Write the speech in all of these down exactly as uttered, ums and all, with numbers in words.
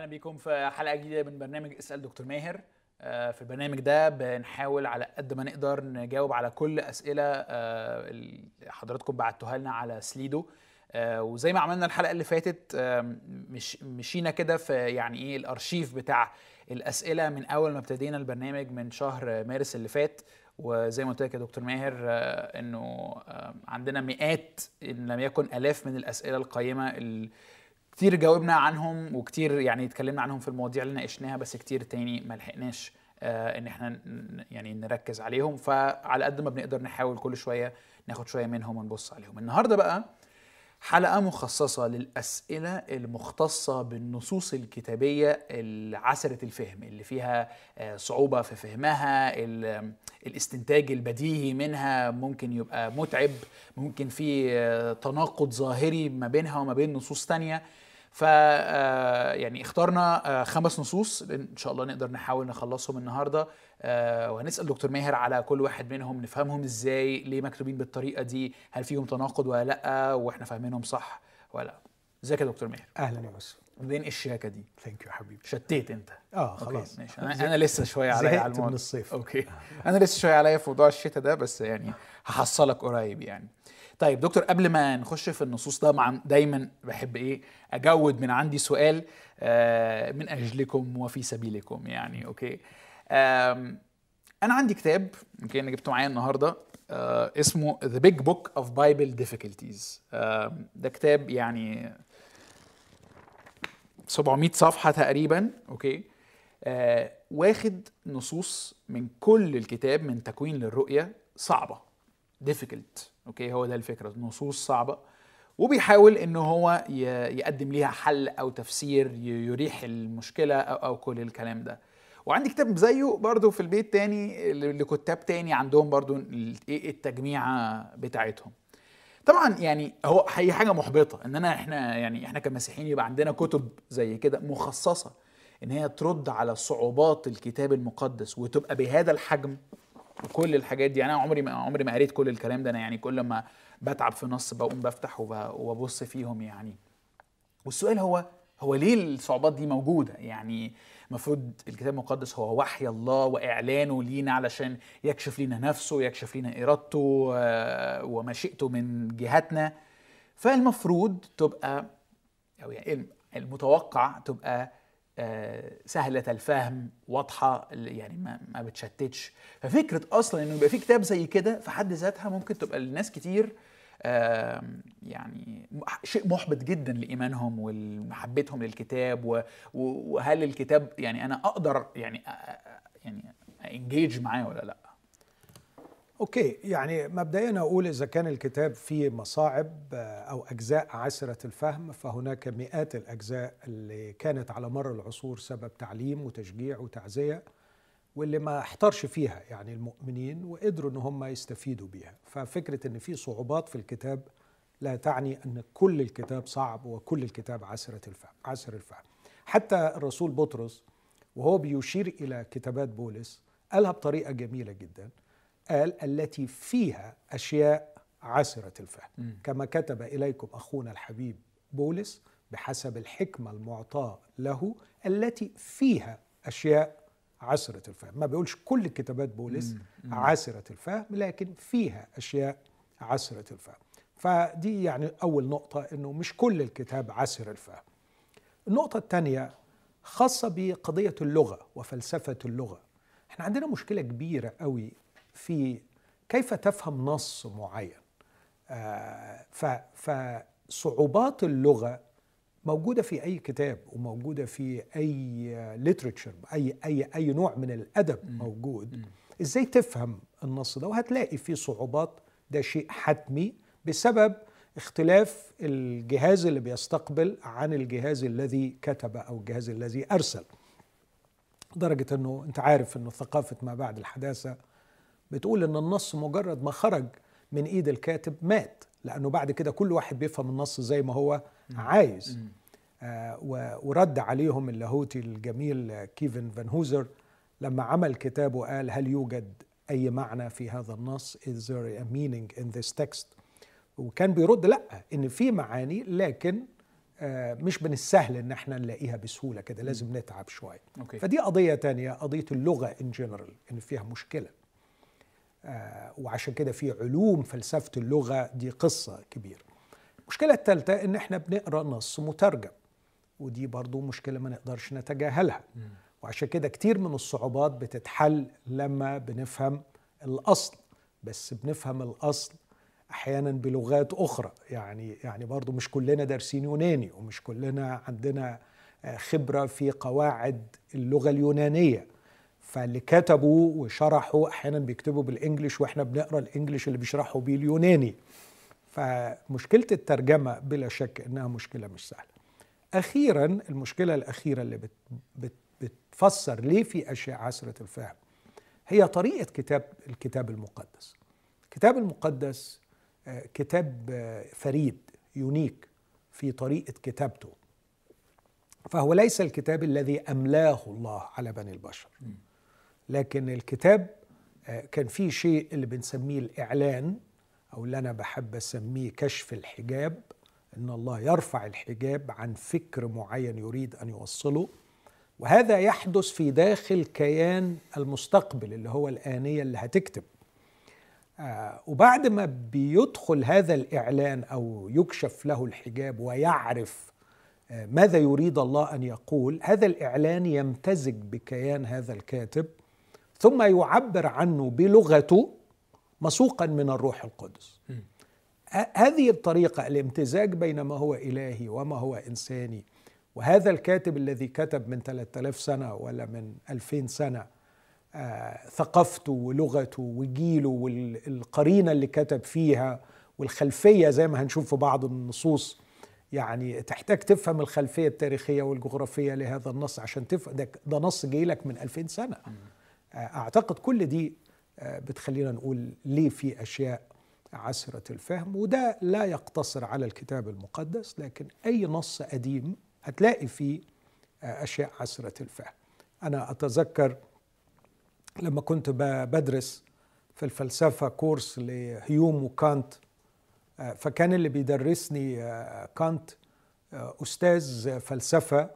اهلا بيكم في حلقه جديده من برنامج اسال دكتور ماهر. في البرنامج ده بنحاول على قد ما نقدر نجاوب على كل اسئله اللي حضراتكم بعتوها لنا على سليدو. وزي ما عملنا الحلقه اللي فاتت مش مشينا كده في يعني ايه الارشيف بتاع الاسئله من اول ما ابتدينا البرنامج من شهر مارس اللي فات. وزي ما قلت لك يا دكتور ماهر انه عندنا مئات ان لم يكن الاف من الاسئله القيمه اللي كتير جاوبنا عنهم وكتير يعني اتكلمنا عنهم في المواضيع اللي ناقشناها، بس كتير تاني ما لحقناش آه ان احنا يعني نركز عليهم. فعلى قد ما بنقدر نحاول كل شويه ناخد شويه منهم ونبص عليهم. النهارده بقى حلقه مخصصه للاسئله المختصه بالنصوص الكتابيه العسره الفهم، اللي فيها آه صعوبه في فهمها، الاستنتاج البديهي منها ممكن يبقى متعب، ممكن في آه تناقض ظاهري ما بينها وما بين نصوص تانية. ف يعني اخترنا خمس نصوص ان شاء الله نقدر نحاول نخلصهم النهارده، وهنسال دكتور ماهر على كل واحد منهم نفهمهم ازاي، ليه مكتوبين بالطريقه دي، هل فيهم تناقض ولا لا، واحنا فاهمينهم صح ولا لا. ازيك يا دكتور ماهر؟ اهلا يا يوسف. منين الشياكه دي؟ ثانك يو حبيبي. شتيت انت؟ اه خلاص ماشي. انا انا لسه شويه عليا على الموضوع من الصيف. اوكي انا لسه شويه عليا في موضوع الشتاء ده، بس يعني هحصلك قريب يعني. طيب دكتور، قبل ما نخش في النصوص ده دايما بحب ايه اجود من عندي سؤال آه من اجلكم وفي سبيلكم يعني. اوكي انا عندي كتاب يمكن انا جبته معايا النهارده آه اسمه The Big Book of Bible Difficulties. آه ده كتاب يعني سبعمائة صفحه تقريبا. اوكي آه واخد نصوص من كل الكتاب من تكوين للرؤية صعبة difficult. اوكي هو ده الفكرة، نصوص صعبة، وبيحاول انه هو يقدم ليها حل او تفسير يريح المشكلة او, أو كل الكلام ده. وعندي كتاب زيه برضو في البيت تاني لكتاب تاني عندهم برضو التجميعة بتاعتهم. طبعا يعني هو هي حاجة محبطة اننا احنا يعني احنا كمسيحيين يبقى عندنا كتب زي كده مخصصة ان هي ترد على صعوبات الكتاب المقدس وتبقى بهذا الحجم وكل الحاجات دي. انا عمري ما عمري ما قريت كل الكلام ده، انا يعني كل ما بتعب في نص بقوم بفتح وببص فيهم يعني. والسؤال هو هو ليه الصعوبات دي موجوده؟ يعني المفروض الكتاب المقدس هو وحي الله واعلانه لينا علشان يكشف لنا نفسه، يكشف لنا ارادته ومشيئته من جهتنا. فالمفروض تبقى او يعني المتوقع تبقى سهلة الفهم، واضحة، يعني ما, ما بتشتتش. ففكرة أصلا إنه يبقى في كتاب زي كده في حد ذاتها ممكن تبقى للناس كتير يعني شيء محبط جدا لإيمانهم ومحبتهم للكتاب. وهل الكتاب يعني أنا أقدر يعني يعني انجيج معاه ولا لأ؟ اوكي، يعني مبدئيا اقول اذا كان الكتاب فيه مصاعب او اجزاء عسره الفهم، فهناك مئات الاجزاء اللي كانت على مر العصور سبب تعليم وتشجيع وتعزيه، واللي ما احترش فيها يعني المؤمنين وقدروا ان هم يستفيدوا بيها. ففكره ان في صعوبات في الكتاب لا تعني ان كل الكتاب صعب وكل الكتاب عسره الفهم عسر الفهم. حتى الرسول بطرس وهو بيشير الى كتابات بولس قالها بطريقه جميله جدا، قال التي فيها أشياء عسرة الفهم م. كما كتب إليكم أخونا الحبيب بولس بحسب الحكمة المعطاة له التي فيها أشياء عسرة الفهم. ما بيقولش كل كتابات بولس م. م. عسرة الفهم، لكن فيها أشياء عسرة الفهم. فدي يعني أول نقطة، إنه مش كل الكتاب عسر الفهم. النقطة الثانية خاصة بقضية اللغة وفلسفة اللغة. احنا عندنا مشكلة كبيرة قوي في كيف تفهم نص معين. آه فصعوبات اللغة موجودة في أي كتاب وموجودة في أي ليتريتشر، أي, أي, أي نوع من الأدب موجود. إزاي تفهم النص ده؟ وهتلاقي فيه صعوبات، ده شيء حتمي بسبب اختلاف الجهاز اللي بيستقبل عن الجهاز الذي كتب أو الجهاز الذي أرسل. درجة أنه أنت عارف أنه ثقافة ما بعد الحداثة بتقول ان النص مجرد ما خرج من ايد الكاتب مات، لانه بعد كده كل واحد بيفهم النص زي ما هو عايز. آه ورد عليهم اللاهوتي الجميل كيفن فان هوزر لما عمل كتابه، قال هل يوجد اي معنى في هذا النص؟ is there a meaning in this text؟ وكان بيرد لا، ان في معاني، لكن مش من السهل ان احنا نلاقيها بسهولة كده، لازم نتعب شوية. أوكي. فدي قضية تانية، قضية اللغة ان جنرال ان فيها مشكلة، وعشان كده في علوم فلسفة اللغة دي قصة كبيرة. المشكلة الثالثة ان احنا بنقرأ نص مترجم، ودي برضو مشكلة ما نقدرش نتجاهلها. وعشان كده كتير من الصعوبات بتتحل لما بنفهم الأصل، بس بنفهم الأصل أحيانا بلغات أخرى. يعني يعني برضو مش كلنا دارسين يوناني، ومش كلنا عندنا خبرة في قواعد اللغة اليونانية، فاللي كتبوا وشرحوا أحيانا بيكتبوا بالإنجليش وإحنا بنقرأ الإنجليش اللي بيشرحوا بيه اليوناني. فمشكلة الترجمة بلا شك إنها مشكلة مش سهلة. أخيرا المشكلة الأخيرة اللي بت بت بتفسر ليه في أشياء عسرة الفهم هي طريقة كتاب الكتاب المقدس. الكتاب المقدس كتاب فريد، يونيك في طريقة كتابته، فهو ليس الكتاب الذي أملاه الله على بني البشر، لكن الكتاب كان فيه شيء اللي بنسميه الإعلان، أو اللي أنا بحب أسميه كشف الحجاب، إن الله يرفع الحجاب عن فكر معين يريد أن يوصله، وهذا يحدث في داخل كيان المستقبل اللي هو الآنية اللي هتكتب. آه وبعد ما بيدخل هذا الإعلان أو يكشف له الحجاب ويعرف آه ماذا يريد الله أن يقول، هذا الإعلان يمتزج بكيان هذا الكاتب ثم يعبر عنه بلغته مسوقا من الروح القدس. هذه الطريقة، الامتزاج بين ما هو إلهي وما هو إنساني، وهذا الكاتب الذي كتب من ثلاثة آلاف سنة ولا من ألفين سنة، آه ثقافته ولغته وجيله والقرينة اللي كتب فيها والخلفية زي ما هنشوف في بعض النصوص، يعني تحتاج تفهم الخلفية التاريخية والجغرافية لهذا النص عشان تفهم ده, ده نص جاي لك من ألفين سنة. آه أعتقد كل دي آه بتخلينا نقول ليه في أشياء عسرة الفهم، وده لا يقتصر على الكتاب المقدس، لكن أي نص قديم هتلاقي فيه أشياء عسرة الفهم. أنا أتذكر لما كنت بدرس في الفلسفة كورس لهيوم وكانت، فكان اللي بيدرسني كانت أستاذ فلسفة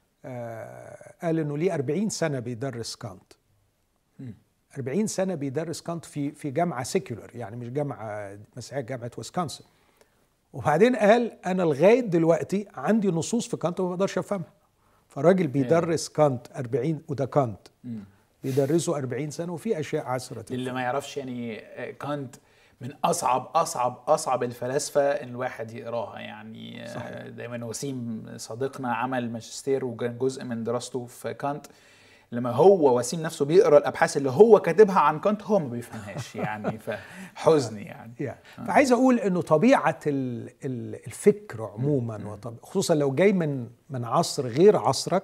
قال إنه ليه أربعين سنة بيدرس كانت، أربعين سنة بيدرس كانت في في جامعة سيكولر، يعني مش جامعة مسيحية، جامعة ويسكونسن. وبعدين قال أنا لغاية دلوقتي عندي نصوص في كانت وما بقدرش أفهمها. فالراجل بيدرس كانت أربعين، وده كانت بيدرسه أربعين سنة وفي أشياء عسرة. اللي ما يعرفش يعني كانت من أصعب أصعب أصعب الفلاسفة إن الواحد يقراها. يعني صحيح. دايما وسيم صديقنا عمل ماجستير وكان جزء من دراسته في كانت، لما هو وسيم نفسه بيقرأ الأبحاث اللي هو كاتبها عن كانت هو ما بيفهمهاش يعني فحزن يعني. yeah. فعايز أقول إنه طبيعة الفكر عموما، خصوصا لو جاي من من عصر غير عصرك،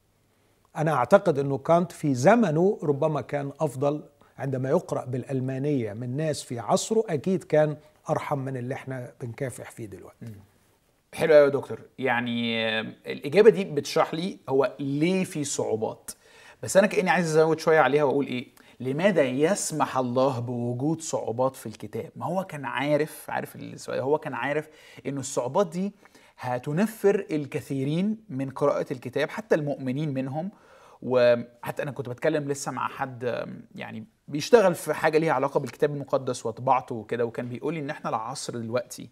أنا أعتقد إنه كانت في زمنه ربما كان أفضل. عندما يقرأ بالألمانية من ناس في عصره أكيد كان أرحم من اللي احنا بنكافح فيه دلوقتي. حلو يا دكتور. يعني الإجابة دي بتشرح لي هو ليه في صعوبات، بس أنا كأني عايز أزود شوية عليها وأقول إيه، لماذا يسمح الله بوجود صعوبات في الكتاب؟ ما هو كان عارف عارف السؤال هو كان عارف إنه الصعوبات دي هتنفر الكثيرين من قراءة الكتاب، حتى المؤمنين منهم. وحتى أنا كنت بتكلم لسه مع حد يعني بيشتغل في حاجة ليها علاقة بالكتاب المقدس وطباعته وكده، وكان بيقولي إن إحنا العصر دلوقتي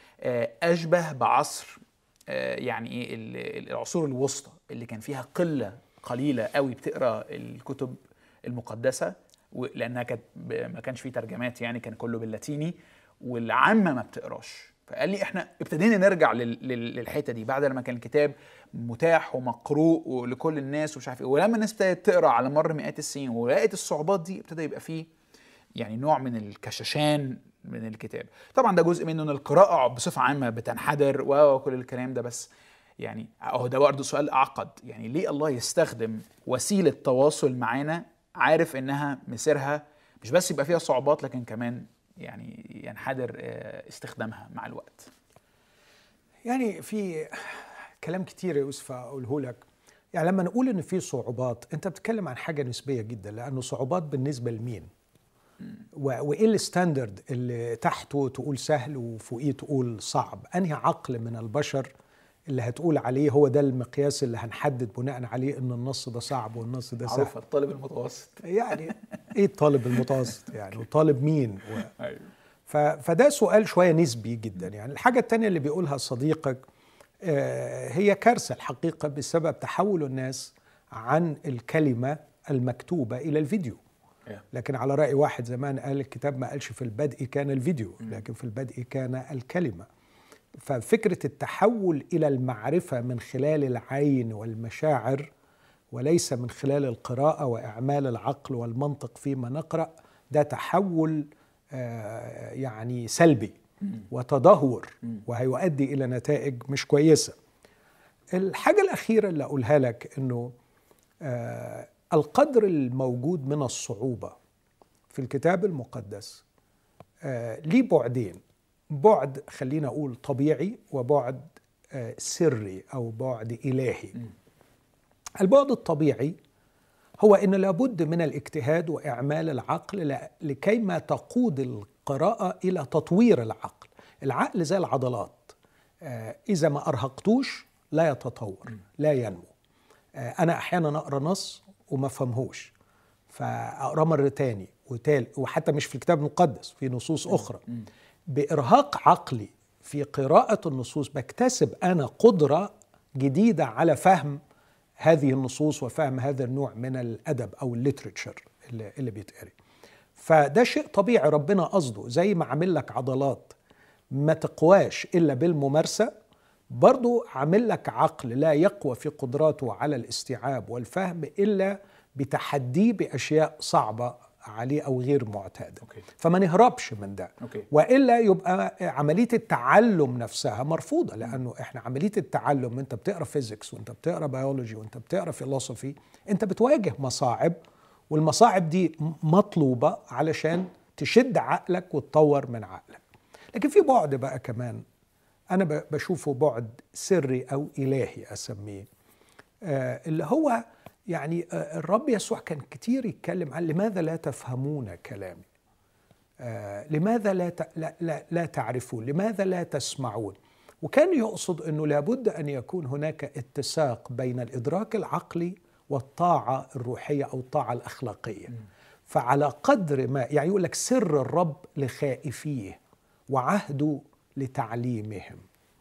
أشبه بعصر يعني إيه العصور الوسطى اللي كان فيها قلة قليلة قوي بتقرأ الكتب المقدسة، لأنها كانت ما كانش فيه ترجمات، يعني كان كله باللاتيني والعامة ما بتقراش. فقال لي احنا ابتدينا نرجع للحته دي بعد لما كان الكتاب متاح ومقروء لكل الناس ومش عارف ايه، ولما الناس ابتدت تقرا على مر مئات السنين ولقيت الصعوبات دي، ابتدى يبقى فيه يعني نوع من الكششان من الكتاب. طبعا ده جزء منه ان القراءه بصفه عامه بتنحدر وكل الكلام ده، بس يعني اهو ده برضه سؤال اعقد. يعني ليه الله يستخدم وسيله تواصل معانا عارف انها مسيرها مش بس يبقى فيها صعوبات، لكن كمان يعني ينحدر استخدامها مع الوقت؟ يعني في كلام كتير يا يوسف أقوله لك. يعني لما نقول إن في صعوبات، أنت بتتكلم عن حاجة نسبية جدا، لأنه صعوبات بالنسبة لمين؟ وإيه الستاندرد اللي تحته تقول سهل وفوقيه تقول صعب؟ أنهي عقل من البشر اللي هتقول عليه هو ده المقياس اللي هنحدد بناء عليه ان النص ده صعب والنص ده سهل. معروف الطالب المتوسط. يعني ايه الطالب المتوسط يعني، وطالب مين و... أيوه. ف... فده سؤال شوية نسبي جدا. يعني الحاجة التانية اللي بيقولها صديقك آه هي كارثة الحقيقة بسبب تحول الناس عن الكلمة المكتوبة إلى الفيديو. لكن على رأي واحد زمان قال الكتاب ما قالش في البدء كان الفيديو، لكن في البدء كان الكلمة. ففكرة التحول إلى المعرفة من خلال العين والمشاعر وليس من خلال القراءة وإعمال العقل والمنطق فيما نقرأ، ده تحول آه يعني سلبي وتدهور وهيؤدي إلى نتائج مش كويسة. الحاجة الأخيرة اللي أقولها لك إنه آه القدر الموجود من الصعوبة في الكتاب المقدس آه ليه بعدين، بعد خلينا أقول طبيعي وبعد آه سري أو بعد إلهي. البعد الطبيعي هو أن لابد من الاجتهاد وإعمال العقل لكيما تقود القراءة إلى تطوير العقل. العقل زي العضلات، آه إذا ما أرهقتوش لا يتطور لا ينمو. آه أنا أحيانا أقرأ نص وما فهمهوش فأقرأ مرة تاني وتالي، وحتى مش في الكتاب المقدس، في نصوص أخرى. بإرهاق عقلي في قراءة النصوص بكتسب أنا قدرة جديدة على فهم هذه النصوص وفهم هذا النوع من الأدب أو الليتريتشر اللي, اللي بيتقري. فده شيء طبيعي ربنا قصده، زي ما عامل لك عضلات ما تقواش إلا بالممارسة، برضو عامل لك عقل لا يقوى في قدراته على الاستيعاب والفهم إلا بتحديه بأشياء صعبة عليه أو غير معتادة. أوكي. فما نهربش من ده. أوكي. وإلا يبقى عملية التعلم نفسها مرفوضة، لأنه إحنا عملية التعلم أنت بتقرأ فيزيكس وأنت بتقرأ بيولوجي وأنت بتقرأ فيلوسوفي، أنت بتواجه مصاعب، والمصاعب دي مطلوبة علشان تشد عقلك وتطور من عقلك. لكن في بعد بقى كمان أنا بشوفه بعد سري أو إلهي أسميه، آه اللي هو يعني الرب يسوع كان كتير يتكلم عن لماذا لا تفهمون كلامي، آه لماذا لا, لا, لا, لا تعرفون، لماذا لا تسمعون. وكان يقصد أنه لابد أن يكون هناك اتساق بين الإدراك العقلي والطاعة الروحية أو الطاعة الأخلاقية. م. فعلى قدر ما يعني يقول لك سر الرب لخائفيه وعهده لتعليمهم،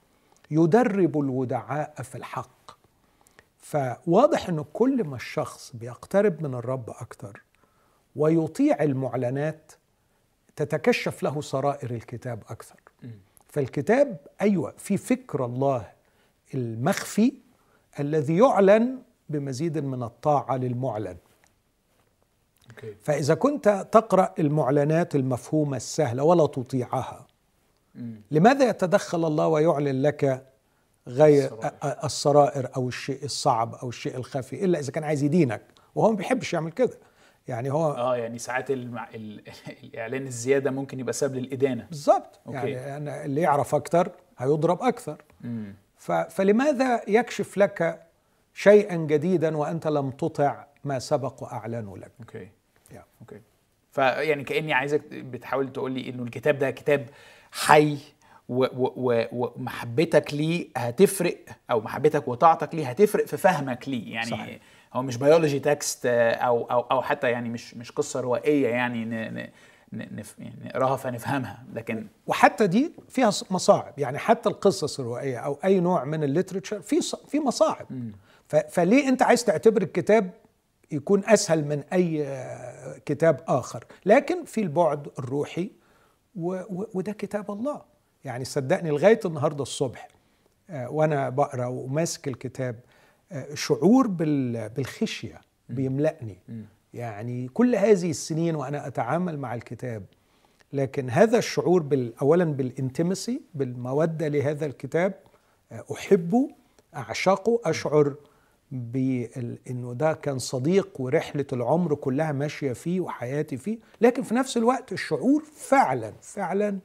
يدرب الودعاء في الحق. فواضح أنه كل ما الشخص بيقترب من الرب أكتر ويطيع المعلنات تتكشف له سرائر الكتاب أكثر. فالكتاب أيوة في فكر الله المخفي الذي يعلن بمزيد من الطاعة للمعلن. okay. فإذا كنت تقرأ المعلنات المفهومة السهلة ولا تطيعها، mm. لماذا يتدخل الله ويعلن لك غير السرائر. السرائر أو الشيء الصعب أو الشيء الخفي، إلا إذا كان عايز يدينك، وهو ما بيحبش يعمل كده. يعني هو اه يعني ساعات المع... ال... الإعلان الزيادة ممكن يبقى سبب للإدانة. بالظبط. يعني أنا اللي يعرف أكتر هيضرب أكثر. ف... فلماذا يكشف لك شيئا جديدا وأنت لم تطع ما سبق وأعلنه لك؟ أوكي. yeah. أوكي. فيعني كأني عايزك بتحاول تقول لي إنه الكتاب ده كتاب حي، ومحبتك ليه هتفرق، او محبتك وطاعتك ليه هتفرق في فهمك ليه. يعني صحيح. هو مش بيولوجي تكست او او او حتى يعني مش مش قصه روائيه يعني نقراها فنفهمها، لكن وحتى دي فيها مصاعب. يعني حتى القصص الروائيه او اي نوع من الليتريتشر في في مصاعب. فليه انت عايز تعتبر الكتاب يكون اسهل من اي كتاب اخر؟ لكن في البعد الروحي وده كتاب الله. يعني صدقني لغاية النهاردة الصبح آه وأنا بقرأ وماسك الكتاب آه شعور بالخشية بيملأني. يعني كل هذه السنين وأنا أتعامل مع الكتاب، لكن هذا الشعور أولا بالانتمسي، بالمودة لهذا الكتاب، آه أحبه، أعشقه، أشعر بأنه ده كان صديق ورحلة العمر كلها ماشية فيه وحياتي فيه. لكن في نفس الوقت الشعور فعلا فعلا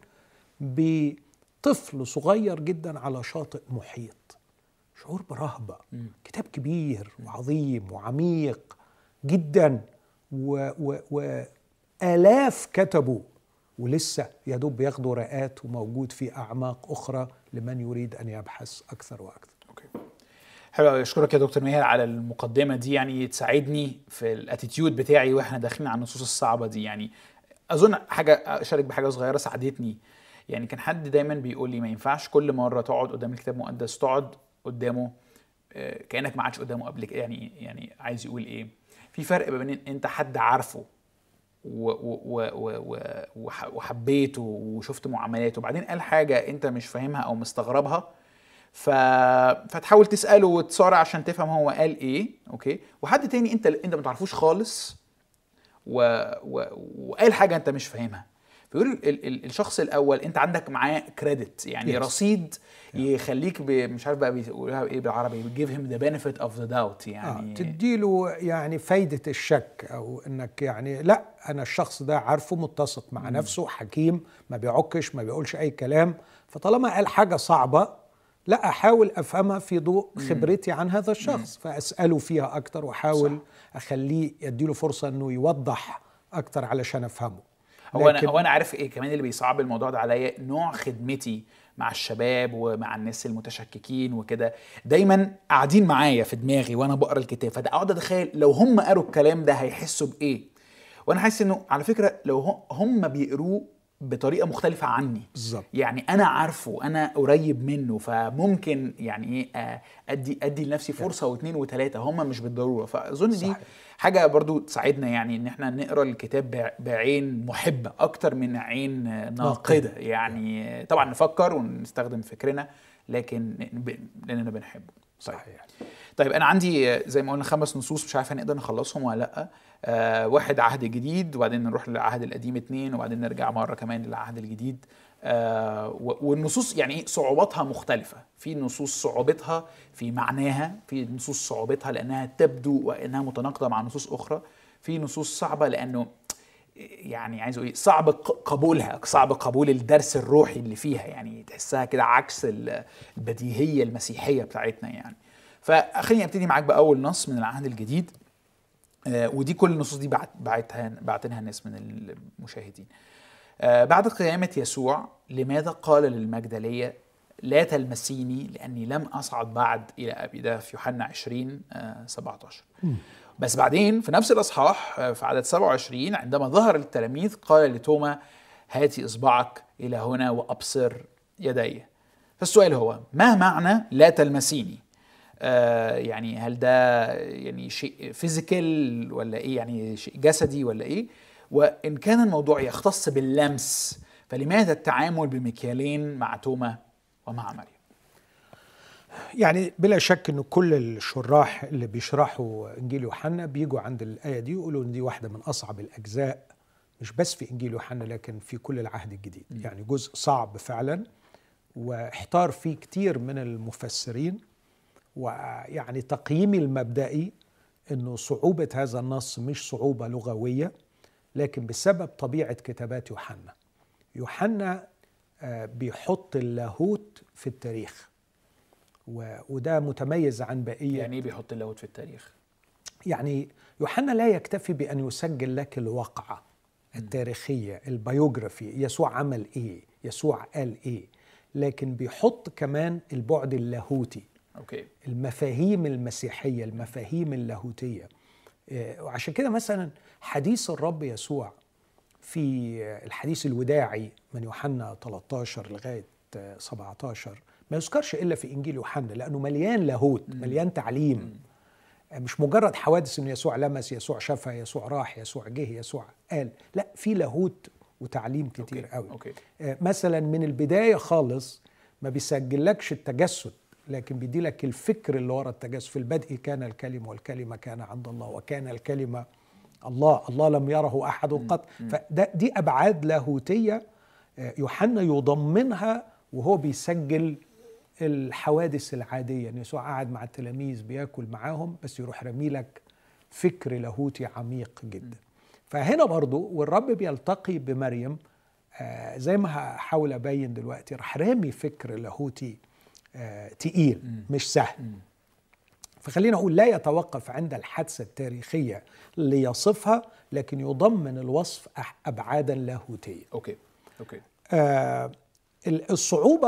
بطفل صغير جدا على شاطئ محيط، شعور برهبة. م. كتاب كبير وعظيم وعميق جدا، وآلاف كتبوا ولسه يدوب ياخدوا رقات، وموجود في أعماق أخرى لمن يريد أن يبحث أكثر وأكثر. حلو قوي، اشكرك يا دكتور ماهر على المقدمه دي، يعني تساعدني في الاتيتيود بتاعي واحنا داخلين على النصوص الصعبه دي. يعني اظن حاجه اشارك بحاجه صغيره ساعدتني. يعني كان حد دايما بيقول لي ما ينفعش كل مره تقعد قدام الكتاب المقدس تقعد قدامه آه، كانك ما عادش قدامه قبل كده. يعني يعني عايز يقول ايه؟ في فرق بين إن انت حد عارفه و- و- و- و- و- وح- وحبيته وشفت معاملاته، وبعدين قال حاجه انت مش فاهمها او مستغربها، ف... فتحاول تساله وتصارع عشان تفهم هو قال ايه. اوكي، وحد تاني انت انت ما تعرفوش خالص و... و... وقال حاجه انت مش فاهمها. بيقول ال... ال... الشخص الاول انت عندك معاه كريدت، يعني Yes. رصيد Yeah. يخليك ب... مش عارف بقى بيقولها ايه بالعربي، give him the benefit of the doubt. آه يعني تديله يعني فايدة الشك، أو إنك يعني لا أنا الشخص ده عارفه، متسق مع مم. نفسه، حكيم، ما بيعكش، ما بيقولش أي كلام، فطالما قال حاجة صعبة لا أحاول أفهمها في ضوء خبرتي عن هذا الشخص، فأسأله فيها أكتر وأحاول صح. أخليه يديله فرصة إنه يوضح أكتر علشان أفهمه. هو انا هو لكن انا عارف ايه كمان اللي بيصعب الموضوع ده عليا؟ نوع خدمتي مع الشباب ومع الناس المتشككين وكده، دايما قاعدين معايا في دماغي وانا بقرا الكتاب، فده اقعد اتخيل لو هم قروا الكلام ده هيحسوا بايه. وانا حاسس انه على فكره لو هم- هم بيقروه بطريقه مختلفه عني، بالظبط يعني انا عارفه، انا قريب منه، فممكن يعني ايه آه، ادي ادي لنفسي فرصه واثنين وثلاثه، هم مش بالضروره. فاظن دي صحيح. حاجه برضو تساعدنا، يعني ان احنا نقرا الكتاب بع- بعين محبه اكتر من عين آه، ناقده. يعني طبعا نفكر ونستخدم فكرنا، لكن ب- لاننا بنحبه. طيب. صحيح. طيب انا عندي آه، زي ما قلنا خمس نصوص، مش عارف هنقدر نخلصهم ولا لا. آه واحد عهد جديد، وبعدين نروح للعهد القديم اتنين، وبعدين نرجع مرة كمان للعهد الجديد. آه و- والنصوص يعني ايه صعوباتها مختلفة. في نصوص صعوبتها في معناها، في نصوص صعوبتها لأنها تبدو وأنها متناقضة مع نصوص أخرى، في نصوص صعبة لأنه يعني عايز اقول ايه صعب ق- قبولها، صعب قبول الدرس الروحي اللي فيها، يعني تحسها كده عكس ال- البديهية المسيحية بتاعتنا يعني. فخليني ابتدي معاك بأول نص من العهد الجديد. آه، ودي كل النصوص دي بعت بعتها بعتنها الناس من المشاهدين. آه، بعد قيامة يسوع لماذا قال للمجدلية لا تلمسيني لأني لم أصعد بعد إلى أبي؟ ده في يوحنا عشرين آه، سبعة عشر. بس بعدين في نفس الأصحاح آه، في عدد سبعة وعشرين عندما ظهر التلاميذ قال لتوما هاتي إصبعك إلى هنا وأبصر يدي. فالسؤال هو ما معنى لا تلمسيني؟ آه يعني هل ده يعني شيء فيزيكال ولا ايه؟ يعني شيء جسدي ولا ايه؟ وان كان الموضوع يختص باللمس فلماذا التعامل بمكيالين مع توما ومع مريم؟ يعني بلا شك ان كل الشراح اللي بيشرحوا انجيل يوحنا بيجوا عند الايه دي يقولوا ان دي واحده من اصعب الاجزاء، مش بس في انجيل يوحنا لكن في كل العهد الجديد. م. يعني جزء صعب فعلا، واحتار فيه كتير من المفسرين. ويعني تقييمي المبدئي انه صعوبه هذا النص مش صعوبه لغويه، لكن بسبب طبيعه كتابات يوحنا. يوحنا آه، بيحط اللاهوت في التاريخ، و- وده متميز عن بقية. يعني ايه بيحط اللاهوت في التاريخ؟ يعني يوحنا لا يكتفي بأن يسجل لك الواقعة التاريخية، البيوغرافي، يسوع عمل إيه، يسوع قال إيه، لكن بيحط كمان البعد اللاهوتي، اوكي، المفاهيم المسيحية، المفاهيم اللاهوتية. إيه، وعشان كده مثلا حديث الرب يسوع في الحديث الوداعي من يوحنا ثلاثة عشر لغاية سبعة عشر ما يذكرش إلا في إنجيل يوحنا، لأنه مليان لاهوت، مليان تعليم، مش مجرد حوادث إن يسوع لمس، يسوع شفى، يسوع راح، يسوع جه، يسوع قال، لا، في لاهوت وتعليم كتير أوكي. قوي. أوكي. مثلا من البداية خالص ما بيسجلكش التجسد، لكن بيدي لك الفكر اللي ورا التجسد. في البدء كان الكلمة والكلمة كان عند الله وكان الكلمة الله، الله لم يره أحد قط. فده دي أبعاد لاهوتية يوحنا يضمنها وهو بيسجل الحوادث العادية، ان يسوع قاعد مع التلاميذ بياكل معاهم، بس يروح رمي لك فكر لاهوتي عميق جدا. فهنا برضو والرب بيلتقي بمريم، آه زي ما هحاول ابين دلوقتي، راح رامي فكر لاهوتي آه تقيل مش سهل. فخلينا اقول لا يتوقف عند الحادثة التاريخية ليصفها، لكن يضمن الوصف ابعادا لاهوتية. اوكي اوكي آه الصعوبة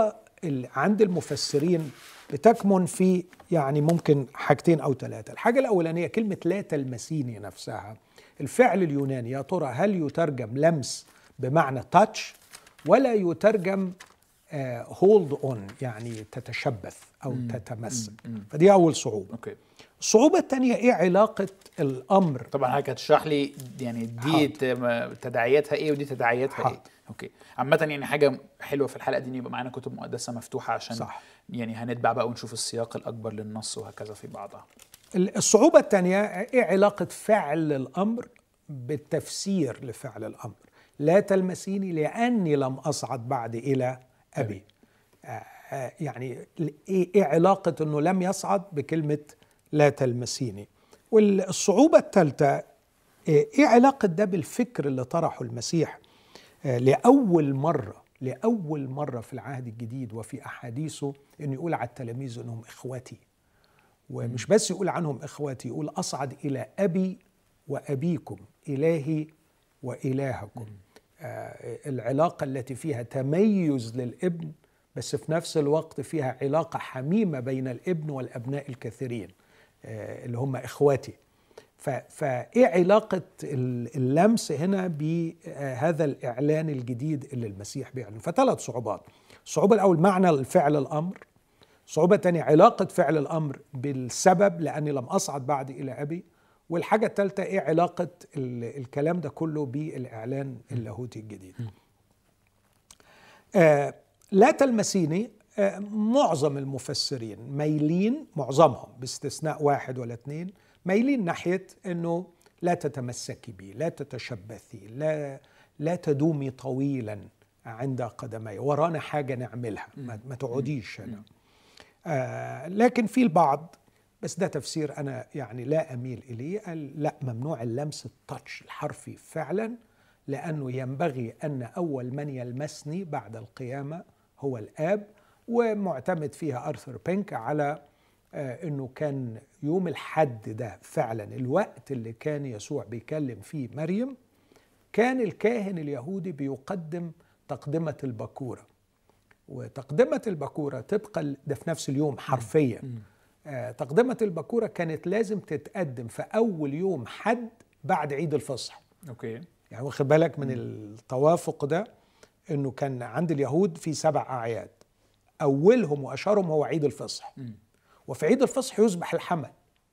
عند المفسرين بتكمن في يعني ممكن حاجتين أو ثلاثة. الحاجة الأولانية كلمة لا تلمسيني نفسها، الفعل اليوناني يا ترى هل يترجم لمس بمعنى تاتش ولا يترجم هولد uh, اون يعني تتشبث أو مم. تتمسك؟ مم. فدي أول صعوبة. أوكي. الصعوبة الثانية إيه علاقة الأمر؟ طبعا حضرتك هتشرح لي يعني دي تداعياتها إيه ودي تداعياتها حاضر. إيه. أوكي. عامة يعني حاجة حلوة في الحلقة دي إن يبقى معانا كتب مقدسة مفتوحة عشان صح. يعني هنتبع بقى ونشوف السياق الأكبر للنص وهكذا في بعضها. الصعوبة الثانية إيه علاقة فعل الأمر بالتفسير لفعل الأمر؟ لا تلمسيني لأني لم أصعد بعد إلى أبي. آه آه يعني إيه علاقة أنه لم يصعد بكلمة لا تلمسيني؟ والصعوبة الثالثة إيه علاقة ده بالفكر اللي طرحه المسيح آه لأول مرة لأول مرة في العهد الجديد وفي أحاديثه أنه يقول على التلاميذ أنهم إخوتي، ومش بس يقول عنهم إخوتي، يقول أصعد إلى أبي وأبيكم إلهي وإلهكم. آه العلاقة التي فيها تميز للابن بس في نفس الوقت فيها علاقة حميمة بين الابن والأبناء الكثيرين آه اللي هم إخواتي. فإيه علاقة اللمس هنا بهذا الإعلان الجديد اللي المسيح بيعلن؟ فثلاث صعوبات. الصعوبة الأول معنى الفعل الأمر، الصعوبة الثانية علاقة فعل الأمر بالسبب لأني لم أصعد بعد إلى أبي، والحاجة الثالثة إيه علاقة الكلام ده كله بالإعلان اللاهوتي الجديد. آه لا تلمسيني، آه معظم المفسرين مايلين، معظمهم باستثناء واحد ولا اثنين، مايلين ناحية أنه لا تتمسكي بي، لا تتشبثي، لا لا تدومي طويلا عند قدمي، ورانا حاجة نعملها، ما تقعديش هنا. آه لكن في البعض، بس ده تفسير أنا يعني لا أميل إليه، قال لا، ممنوع اللمس التاتش الحرفي فعلا، لأنه ينبغي أن أول من يلمسني بعد القيامة هو الآب. ومعتمد فيها أرثر بينك على آه أنه كان يوم الحد ده فعلا الوقت اللي كان يسوع بيكلم فيه مريم، كان الكاهن اليهودي بيقدم تقدمة البكورة، وتقدمة البكورة تبقى ده في نفس اليوم حرفيا. آه تقدمة البكورة كانت لازم تتقدم في أول يوم حد بعد عيد الفصح. أوكي. يعني واخد بالك من التوافق ده، أنه كان عند اليهود في سبع أعياد، أولهم وأشهرهم هو عيد الفصح. م. وفي عيد الفصح يذبح الحمل،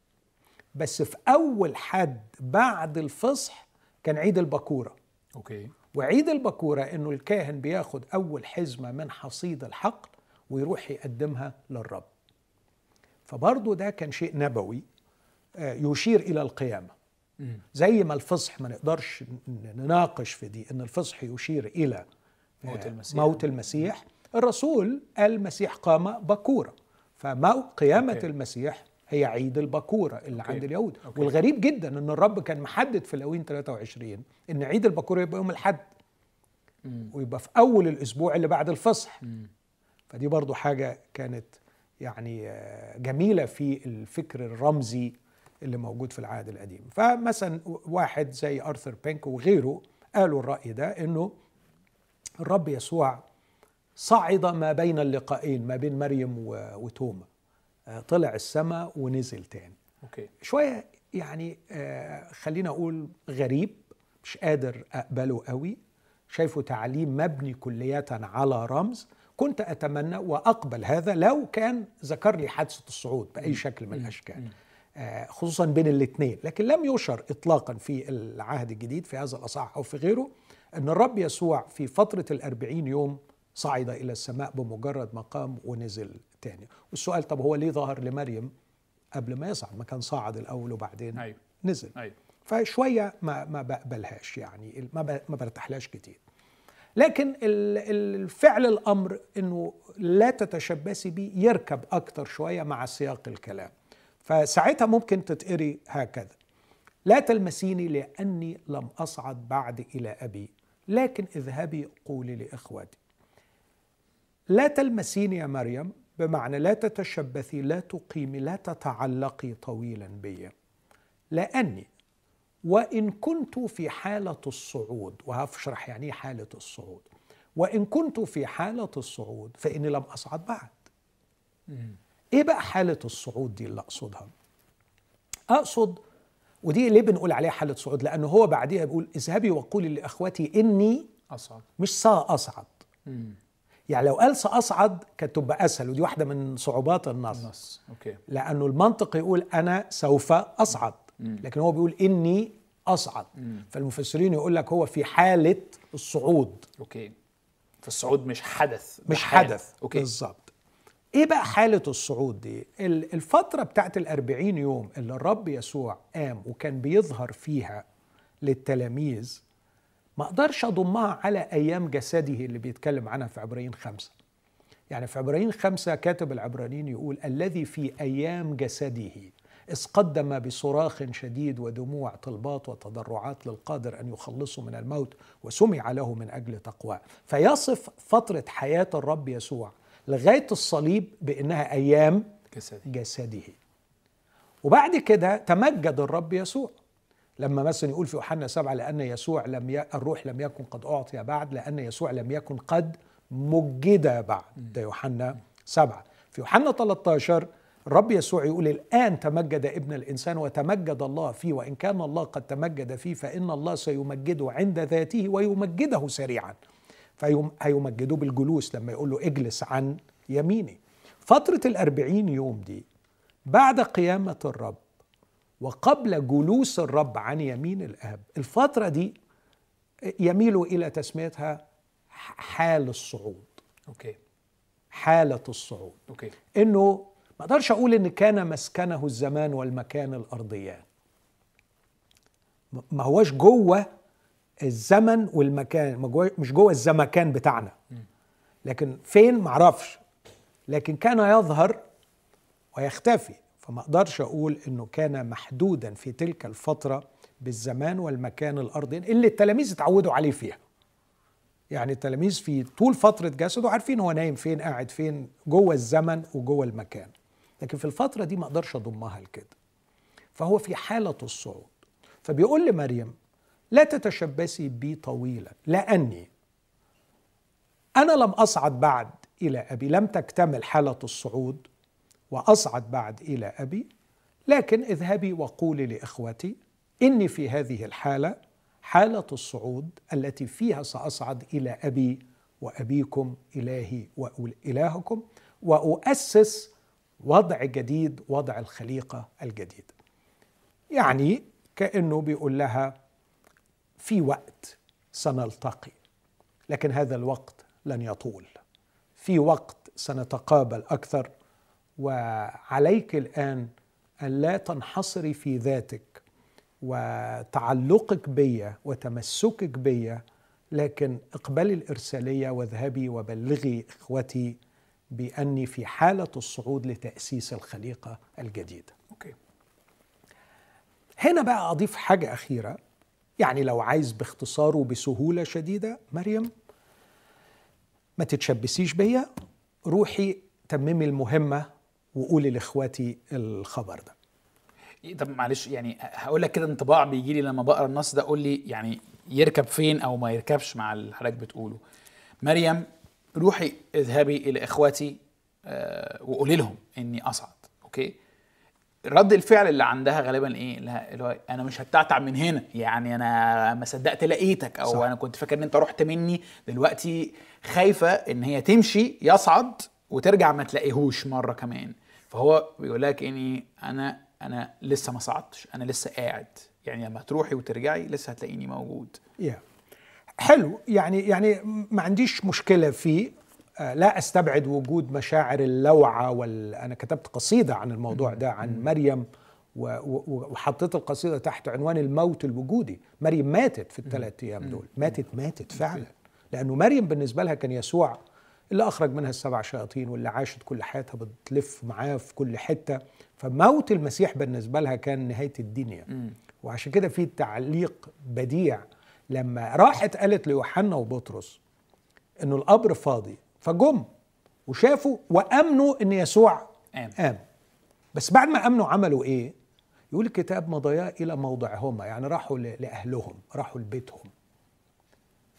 بس في أول حد بعد الفصح كان عيد البكورة. أوكي. وعيد البكورة إنه الكاهن بياخد أول حزمة من حصيد الحقل ويروح يقدمها للرب. فبرضه ده كان شيء نبوي يشير إلى القيامة. م. زي ما الفصح ما نقدرش نناقش في دي، إن الفصح يشير إلى موت المسيح, موت المسيح. الرسول قال المسيح قام بكورة، فقيامة أوكي. المسيح هي عيد البكورة اللي أوكي. عند اليهود. أوكي. والغريب جدا ان الرب كان محدد في لاويين ثلاثة وعشرين ان عيد البكورة يبقى يوم الحد، م. ويبقى في اول الاسبوع اللي بعد الفصح. م. فدي برضو حاجة كانت يعني جميلة في الفكر الرمزي اللي موجود في العهد القديم. فمثلا واحد زي أرثر بينك وغيره قالوا الرأي ده، انه الرب يسوع صعد ما بين اللقاءين، ما بين مريم وتوما، طلع السماء ونزل تاني. أوكي. شوية يعني آه خلينا أقول غريب، مش قادر أقبله قوي، شايفه تعليم مبني كلية على رمز. كنت أتمنى وأقبل هذا لو كان ذكر لي حادثة الصعود بأي م. شكل من الأشكال، آه خصوصا بين الاثنين. لكن لم يشر إطلاقا في العهد الجديد في هذا الأصحاح أو في غيره أن الرب يسوع في فترة الأربعين يوم صعد إلى السماء بمجرد مقام ونزل تاني. والسؤال طب هو ليه ظهر لمريم قبل ما يصعد؟ ما كان صعد الأول وبعدين أيوه. نزل. أيوه. فشوية ما ما بقبلهاش، يعني ما ما برتاحلاش كتير. لكن الفعل الأمر إنه لا تتشبثي بي يركب أكتر شوية مع سياق الكلام، فساعتها ممكن تتقري هكذا: لا تلمسيني لأني لم أصعد بعد إلى أبي، لكن اذهبي قولي لإخوتي. لا تلمسيني يا مريم بمعنى لا تتشبثي، لا تقيمي، لا تتعلقي طويلا بي، لأني وإن كنت في حالة الصعود، وهشرح يعني حالة الصعود، وإن كنت في حالة الصعود فإني لم أصعد بعد. إيه بقى حالة الصعود دي اللي أقصدها؟ أقصد، ودي ليه بنقول عليها حالة صعود؟ لأنه هو بعديها بيقول اذهبي وقولي لأخوتي إني أصعد، مش سأصعد. مم. يعني لو قال سأصعد كانت تبقى أسهل، ودي واحدة من صعوبات النص. النص أوكي. لأنه المنطق يقول أنا سوف أصعد، مم. لكن هو بيقول إني أصعد. مم. فالمفسرين يقول لك هو في حالة الصعود. أوكي، فالصعود مش حدث، مش بحال. حدث. أوكي. بالظبط. إيه بقى حالة الصعود دي؟ الفترة بتاعت الأربعين يوم اللي الرب يسوع قام وكان بيظهر فيها للتلاميذ، ما أقدرش أضمها على أيام جسده اللي بيتكلم عنها في عبرانيين خمسة. يعني في عبرانيين خمسة كاتب العبرانيين يقول الذي في أيام جسده إذ قدم بصراخ شديد ودموع طلبات وتضرعات للقادر أن يخلصه من الموت وسمع له من أجل تقواه. فيصف فترة حياة الرب يسوع لغاية الصليب بأنها أيام جسدي. جسده. وبعد كده تمجد الرب يسوع، لما مثلا يقول في يوحنا سبعة لأن يسوع لم ي... الروح لم يكن قد أعطي بعد، لأن يسوع لم يكن قد مجد بعد. ده يوحنا سبعة. في يوحنا ثلاثة عشر الرب يسوع يقول الآن تمجد ابن الإنسان وتمجد الله فيه، وإن كان الله قد تمجد فيه فإن الله سيمجده عند ذاته ويمجده سريعا. فهيمجده بالجلوس لما يقول له اجلس عن يميني. فترة الأربعين يوم دي بعد قيامة الرب وقبل جلوس الرب عن يمين الآب، الفترة دي يميل إلى تسميتها حال الصعود. أوكي. حالة الصعود. أوكي. إنه ما أقدرش أقول إن كان مسكنه الزمان والمكان الأرضيان، ما هوش جوه الزمن والمكان، مش جوه الزمكان بتاعنا، لكن فين معرفش، لكن كان يظهر ويختفي. فما أقدرش أقول إنه كان محدودا في تلك الفترة بالزمان والمكان الأرضيين اللي التلاميذ اتعودوا عليه فيها. يعني التلاميذ في طول فترة جسده عارفين هو نايم فين قاعد فين جوه الزمن وجوه المكان، لكن في الفترة دي ما أقدرش أضمها لكده. فهو في حالة الصعود. فبيقول لمريم لا تتشبثي بي طويلا لأني أنا لم أصعد بعد إلى أبي. لم تكتمل حالة الصعود وأصعد بعد إلى أبي، لكن اذهبي وقولي لإخوتي إني في هذه الحالة، حالة الصعود التي فيها سأصعد إلى أبي وأبيكم إلهي وإلهكم، وأؤسس وضع جديد، وضع الخليقة الجديد. يعني كأنه بيقول لها في وقت سنلتقي، لكن هذا الوقت لن يطول. في وقت سنتقابل أكثر، وعليك الآن أن لا تنحصري في ذاتك وتعلقك بي وتمسكك بي، لكن اقبلي الإرسالية واذهبي وبلغي إخوتي بأني في حالة الصعود لتأسيس الخليقة الجديدة. أوكي. هنا بقى أضيف حاجة أخيرة، يعني لو عايز باختصار وبسهولة شديدة، مريم ما تتشبسيش بيا، روحي تممي المهمة وقولي لإخواتي الخبر ده. طب معلش، يعني هقول لك كده انطباع بيجي لي لما بقرا النص ده، قول لي يعني يركب فين او ما يركبش مع اللي حضرتك بتقوله. مريم روحي اذهبي الى اخواتي آه وقولي لهم اني اصعد. اوكي. رد الفعل اللي عندها غالبا ايه؟ اللي هو انا مش هتعتع من هنا، يعني انا ما صدقت لقيتك، او صح. انا كنت فاكر ان انت رحت مني، دلوقتي خايفه ان هي تمشي يصعد وترجع ما تلاقيهوش مره كمان. فهو بيقول لك اني انا انا لسه ما صعدتش، انا لسه قاعد، يعني لما تروحي وترجعي لسه هتلاقيني موجود. yeah. حلو. يعني يعني ما عنديش مشكله فيه، آه لا استبعد وجود مشاعر اللوعه وال... انا كتبت قصيده عن الموضوع ده، عن م- مريم و... و... وحطيت القصيده تحت عنوان الموت الوجودي. مريم ماتت في الثلاث ايام دول، ماتت ماتت فعلا، لانه مريم بالنسبه لها كان يسوع اللي أخرج منها السبع شياطين، واللي عاشت كل حياتها بتلف معاه في كل حتة. فموت المسيح بالنسبة لها كان نهاية الدنيا. م. وعشان كده في تعليق بديع لما راحت قالت ليوحنا وبطرس إنه القبر فاضي، فجم وشافوا وأمنوا إن يسوع قام. قام. بس بعد ما أمنوا عملوا إيه؟ يقول الكتاب مضيا إلى موضعهما، يعني راحوا لأهلهم، راحوا لبيتهم.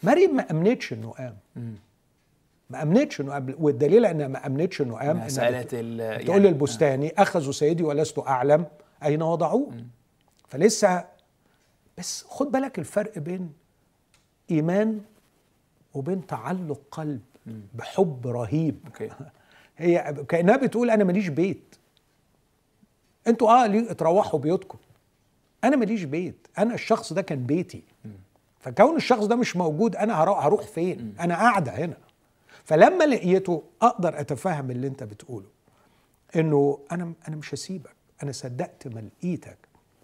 مريم ما امنتش انه قام، ما امنتش انه قام، والدليل انها ما امنتش انه قام انها سالت يعني تقول للبستاني آه. اخذوا سيدي ولست اعلم اين وضعوه. م. فلسه، بس خد بالك الفرق بين ايمان وبين تعلق قلب م. بحب رهيب. أوكي. هي كانها بتقول انا ماليش بيت، انتوا اه ليه تروحوا بيوتكم، انا ماليش بيت، انا الشخص ده كان بيتي. م. فكون الشخص ده مش موجود انا هروح, هروح فين؟ م. انا قاعده هنا. فلما لقيته اقدر اتفهم اللي انت بتقوله، انه انا انا مش هسيبك، انا صدقت ما لقيتك.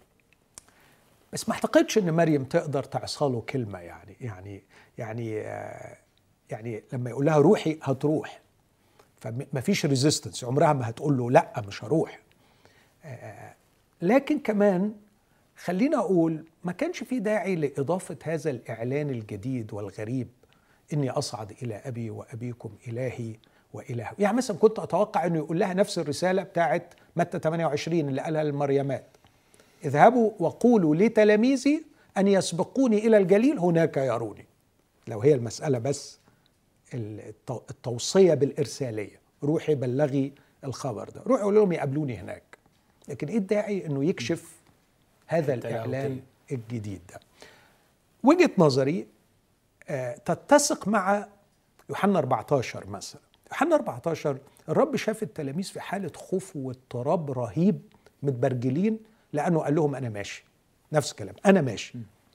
بس ما اعتقدش ان مريم تقدر تعصاله كلمه، يعني يعني يعني آه يعني لما يقول لها روحي هتروح، فما فيش ريزيستنس، عمرها ما هتقول له لا مش هروح. آه لكن كمان خلينا اقول ما كانش في داعي لاضافه هذا الاعلان الجديد والغريب، إني أصعد إلى أبي وأبيكم إلهي وإله. يعني مثلا كنت أتوقع أنه يقول لها نفس الرسالة بتاعت متى ثمانية وعشرين اللي قالها للمريمات، اذهبوا وقولوا لتلاميذي أن يسبقوني إلى الجليل هناك يروني. لو هي المسألة بس التوصية بالإرسالية، روحي بلغي الخبر ده، روحي قولوا لهم يقابلوني هناك. لكن إيه الداعي أنه يكشف هذا الإعلان الجديد ده؟ وجهة نظري تتسق مع يوحنا أربعة عشر مثلا. يوحنا أربعة عشر الرب شاف التلاميذ في حالة خوف واضطراب رهيب، متبرجلين، لأنه قال لهم أنا ماشي، نفس الكلام أنا ماشي.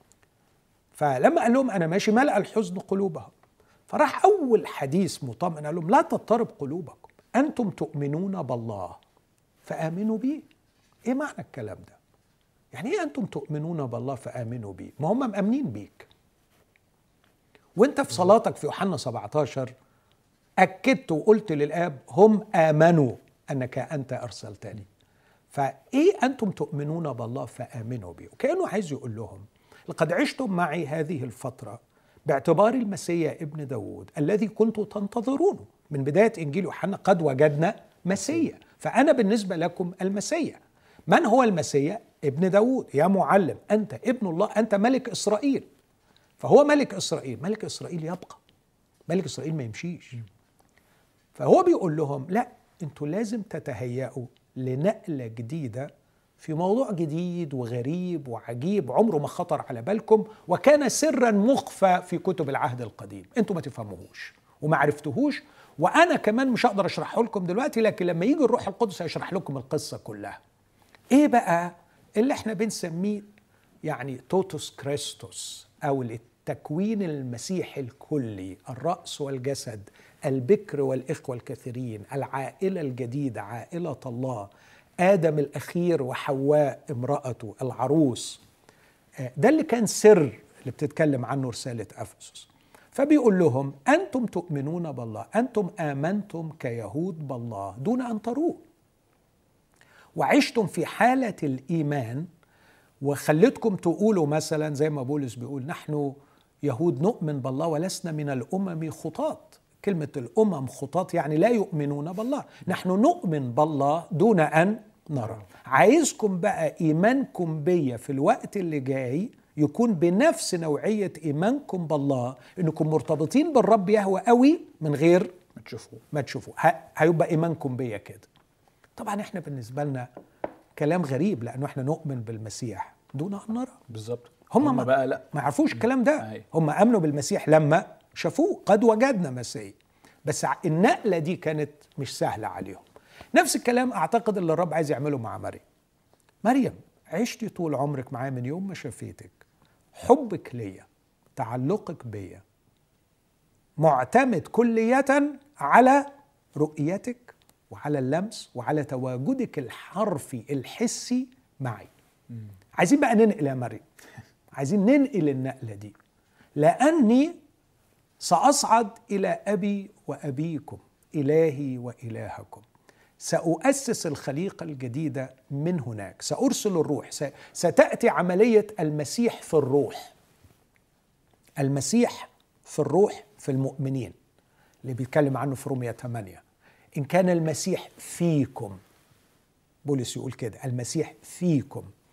فلما قال لهم أنا ماشي ملأ الحزن قلوبهم، فراح أول حديث مطمئن قال لهم لا تضطرب قلوبكم، أنتم تؤمنون بالله فآمنوا بي. إيه معنى الكلام ده؟ يعني إيه أنتم تؤمنون بالله فآمنوا بي؟ ما هم مأمنين بيك. وانت في صلاتك في يوحنا سبعة عشر أكدت وقلت للآب هم آمنوا أنك أنت أرسلتني. فإيه أنتم تؤمنون بالله فآمنوا بي؟ وكأنه عايز يقول لهم لقد عشتم معي هذه الفترة باعتبار المسيح ابن داود الذي كنتم تنتظرونه من بداية إنجيل يوحنا، قد وجدنا مسيح، فأنا بالنسبة لكم المسيح. من هو المسيح؟ ابن داود. يا معلم أنت ابن الله، أنت ملك إسرائيل. فهو ملك إسرائيل، ملك إسرائيل يبقى، ملك إسرائيل ما يمشيش. فهو بيقول لهم لا، انتوا لازم تتهيئوا لنقلة جديدة في موضوع جديد وغريب وعجيب عمره ما خطر على بالكم، وكان سرا مخفى في كتب العهد القديم، انتوا ما تفهموهوش وما عرفتوهوش، وانا كمان مش هقدر اشرحه لكم دلوقتي، لكن لما يجي الروح القدس هيشرح لكم القصة كلها. ايه بقى اللي احنا بنسميه يعني توتوس كريستوس، او التكوين المسيحي الكلي، الرأس والجسد، البكر والإخوة الكثيرين، العائلة الجديدة، عائلة الله، آدم الأخير وحواء امرأته العروس. ده اللي كان سر اللي بتتكلم عنه رسالة أفسس. فبيقول لهم أنتم تؤمنون بالله، أنتم آمنتم كيهود بالله دون أن تروه، وعشتم في حالة الإيمان، وخلتكم تقولوا مثلا زي ما بولس بيقول نحن يهود نؤمن بالله ولسنا من الأمم خطاة. كلمة الأمم خطاة يعني لا يؤمنون بالله، نحن نؤمن بالله دون أن نرى. عايزكم بقى إيمانكم بيا في الوقت اللي جاي يكون بنفس نوعية إيمانكم بالله، إنكم مرتبطين بالرب يهوه قوي من غير ما تشوفوه ما تشوفوه هيبقى إيمانكم بيا كده. طبعا إحنا بالنسبة لنا كلام غريب، لأنه إحنا نؤمن بالمسيح دون أن نرى. بالظبط. هم, هم ما بقى لا ما عرفوش الكلام ده. هم أمنوا بالمسيح لما شافوه، قد وجدنا مسيح، بس النقلة دي كانت مش سهلة عليهم. نفس الكلام أعتقد اللي الرب عايز يعمله مع مريم. مريم عشتي طول عمرك معايا من يوم ما شافيتك، حبك ليا، تعلقك بيا معتمد كلية على رؤيتك وعلى اللمس وعلى تواجدك الحرفي الحسي معي. م. عايزين بقى ننقل يا مريم، عايزين ننقل النقلة دي، لأني سأصعد إلى أبي وأبيكم إلهي وإلهكم، سأؤسس الخليقة الجديدة من هناك، سأرسل الروح، ستأتي عملية المسيح في الروح، المسيح في الروح في المؤمنين اللي بيتكلم عنه في رومية ثمانية. إن كان المسيح فيكم، بولس يقول كده، المسيح فيكم،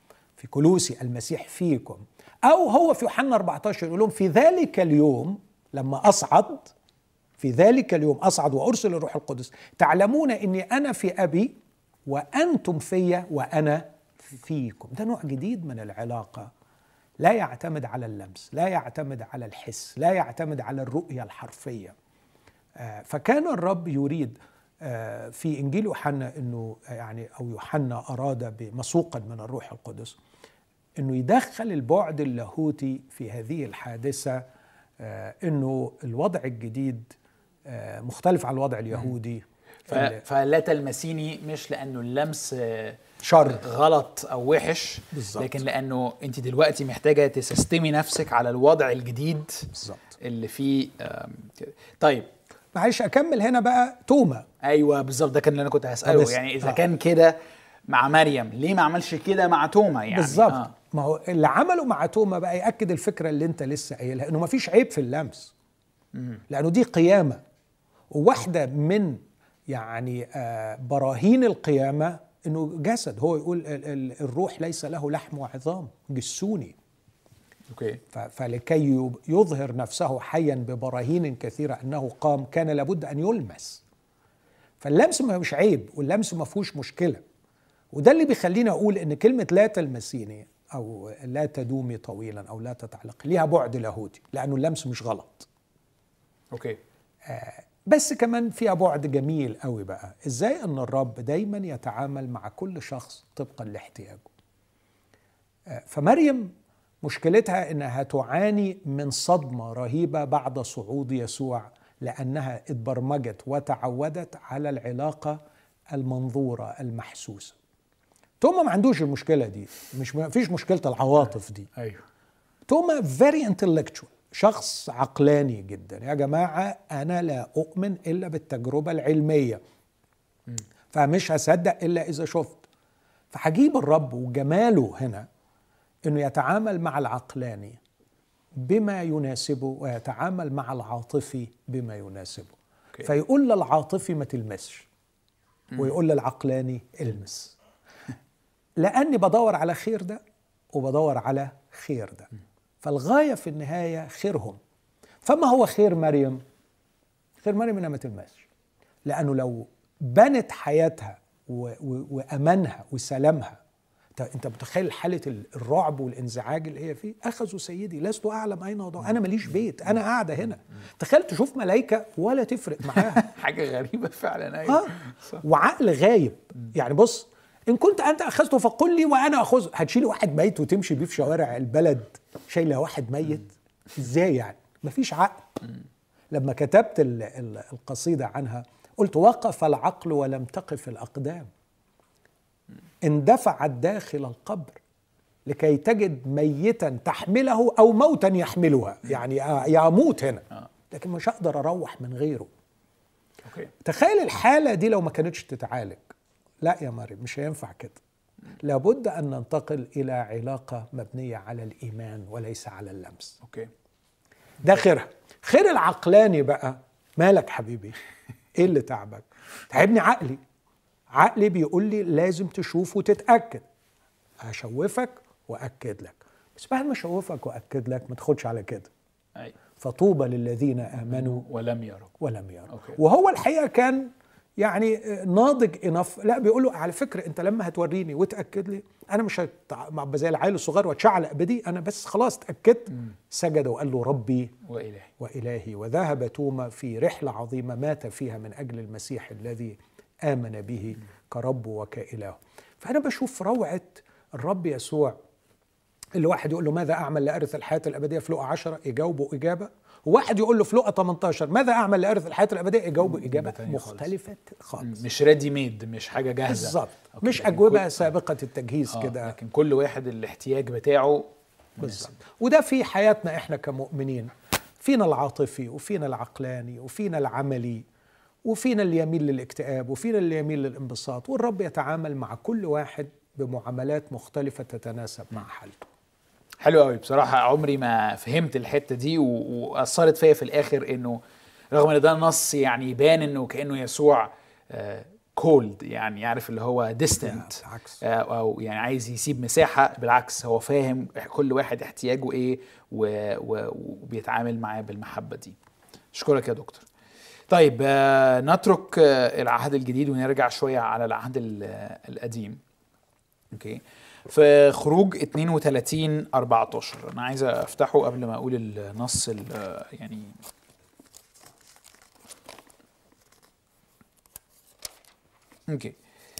في كولوسي المسيح فيكم، أو هو في يوحنا أربعة عشر يقول لهم في ذلك اليوم لما أصعد، في ذلك اليوم أصعد وأرسل الروح القدس تعلمون إني أنا في أبي وأنتم في وأنا فيكم. ده نوع جديد من العلاقة لا يعتمد على اللمس، لا يعتمد على الحس، لا يعتمد على الرؤية الحرفية. فكان الرب يريد في إنجيل يوحنا إنه يعني أو يوحنا أراد بمسوقا من الروح القدس إنه يدخل البعد اللاهوتي في هذه الحادثة، إنه الوضع الجديد مختلف عن الوضع اليهودي. فلا تلمسيني مش لأنه اللمس شر غلط أو وحش بالزبط. لكن لأنه أنت دلوقتي محتاجة تسستمي نفسك على الوضع الجديد بالزبط. اللي فيه طيب معلش أكمل هنا بقى. توما، أيوة بالظبط، ده كان اللي أنا كنت هسأله. يعني إذا آه. كان كده مع مريم ليه ما عملش كده مع توما؟ يعني بالظبط. آه. ما هو اللي عمله مع توما بقى يأكد الفكرة اللي أنت لسه قايلها، إنه ما فيش عيب في اللمس، مم. لأنه دي قيامة، وواحدة من يعني آه براهين القيامة إنه جسد. هو يقول الروح ليس له لحم وعظام، جسوني. أوكي. فلكي يظهر نفسه حيا ببراهين كثيرة أنه قام كان لابد أن يلمس. فاللمس ما مش عيب، واللمس ما فيهوش مشكلة. وده اللي بيخلينا أقول إن كلمة لا تلمسيني أو لا تدومي طويلا أو لا تتعلقي ليها بعد لاهوتي، لأنه اللمس مش غلط. أوكي. آه بس كمان فيها بعد جميل قوي بقى، إزاي أن الرب دايما يتعامل مع كل شخص طبقا لاحتياجه. آه فمريم مشكلتها إنها تعاني من صدمة رهيبة بعد صعود يسوع، لأنها اتبرمجت وتعودت على العلاقة المنظورة المحسوسة. توما ما عندوش المشكلة دي، مش ما فيش مشكلة العواطف دي. أيوه. توما very intellectual، شخص عقلاني جدا. يا جماعة أنا لا أؤمن إلا بالتجربة العلمية، م. فمش هصدق إلا إذا شفت. فحجيب الرب وجماله هنا إنه يتعامل مع العقلاني بما يناسبه ويتعامل مع العاطفي بما يناسبه. okay. فيقول للعاطفي ما تلمسش، ويقول للعقلاني المس، لأني بدور على خير ده وبدور على خير ده. فالغاية في النهاية خيرهم. فما هو خير مريم؟ خير مريم إنها ما تلمسش، لأنه لو بنت حياتها وأمانها وسلامها. انت متخيل حالة الرعب والانزعاج اللي هي فيه؟ اخذوا سيدي لست اعلم اين وضعه، انا ماليش بيت، انا قاعدة هنا. تخيل تشوف ملايكة ولا تفرق معاها. حاجة غريبة فعلا. ايوه. آه. وعقل غايب. يعني بص، ان كنت انت اخذته فقل لي وانا اخذه. هتشيل واحد ميت وتمشي بيه في شوارع البلد شايله واحد ميت؟ ازاي يعني؟ مفيش عقل. لما كتبت القصيدة عنها قلت وقف العقل ولم تقف الاقدام، اندفعت داخل القبر لكي تجد ميتا تحمله أو موتا يحملها. يعني يموت هنا، لكن مش هقدر أروح من غيره. أوكي. تخيل الحالة دي لو ما كانتش تتعالج. لا يا مريم، مش هينفع كده. لابد أن ننتقل إلى علاقة مبنية على الإيمان وليس على اللمس. أوكي. ده خيرها. خير العقلاني بقى، مالك حبيبي؟ إيه اللي تعبك؟ تعبني عقلي. عقلي بيقول لي لازم تشوف وتتأكد. هشوفك وأكد لك، بس بعد ما أشوفك وأكد لك ما تاخدش على كده. أي. فطوبى للذين آمنوا ولم يروا ولم يروا. وهو الحقيقة كان يعني ناضج انف. لا بيقول له على فكرة انت لما هتوريني وتأكد لي انا مش هبقى زي العيل الصغير واتشعلق بدي، انا بس خلاص تأكدت. م. سجد وقال له ربي وإلهي وإلهي. وذهب توما في رحلة عظيمة مات فيها من أجل المسيح الذي آمن به كرب وكإله. فأنا بشوف روعة الرب يسوع اللي واحد يقول له ماذا أعمل لأرث الحياة الأبدية في لقا عشرة يجاوبه إجابة، وواحد يقول له في لقا ثمانية عشر ماذا أعمل لأرث الحياة الأبدية يجاوبه إجابة مختلفة خالص. مش ريدي ميد، مش حاجة جاهزة بالظبط، مش أجوبة سابقة التجهيز آه كده، لكن كل واحد الاحتياج بتاعه بالظبط. وده في حياتنا إحنا كمؤمنين، فينا العاطفي وفينا العقلاني وفينا العملي وفينا اللي يميل للاكتئاب وفينا اللي يميل للانبساط، والرب يتعامل مع كل واحد بمعاملات مختلفة تتناسب مع حالته. حلو قوي بصراحة. عمري ما فهمت الحتة دي وأثرت فيا في الآخر، إنه رغم إن ده نص يعني يبان إنه كأنه يسوع كولد، يعني يعرف اللي هو ديستنت، او يعني عايز يسيب مساحه. بالعكس هو فاهم كل واحد احتياجه ايه وبيتعامل معاه بالمحبه دي. اشكرك يا دكتور. طيب آه نترك آه العهد الجديد ونرجع شويه على العهد القديم. اوكي، في خروج اتنين وتلاتين اربعتاشر انا عايز افتحه قبل ما اقول النص يعني. اوكي،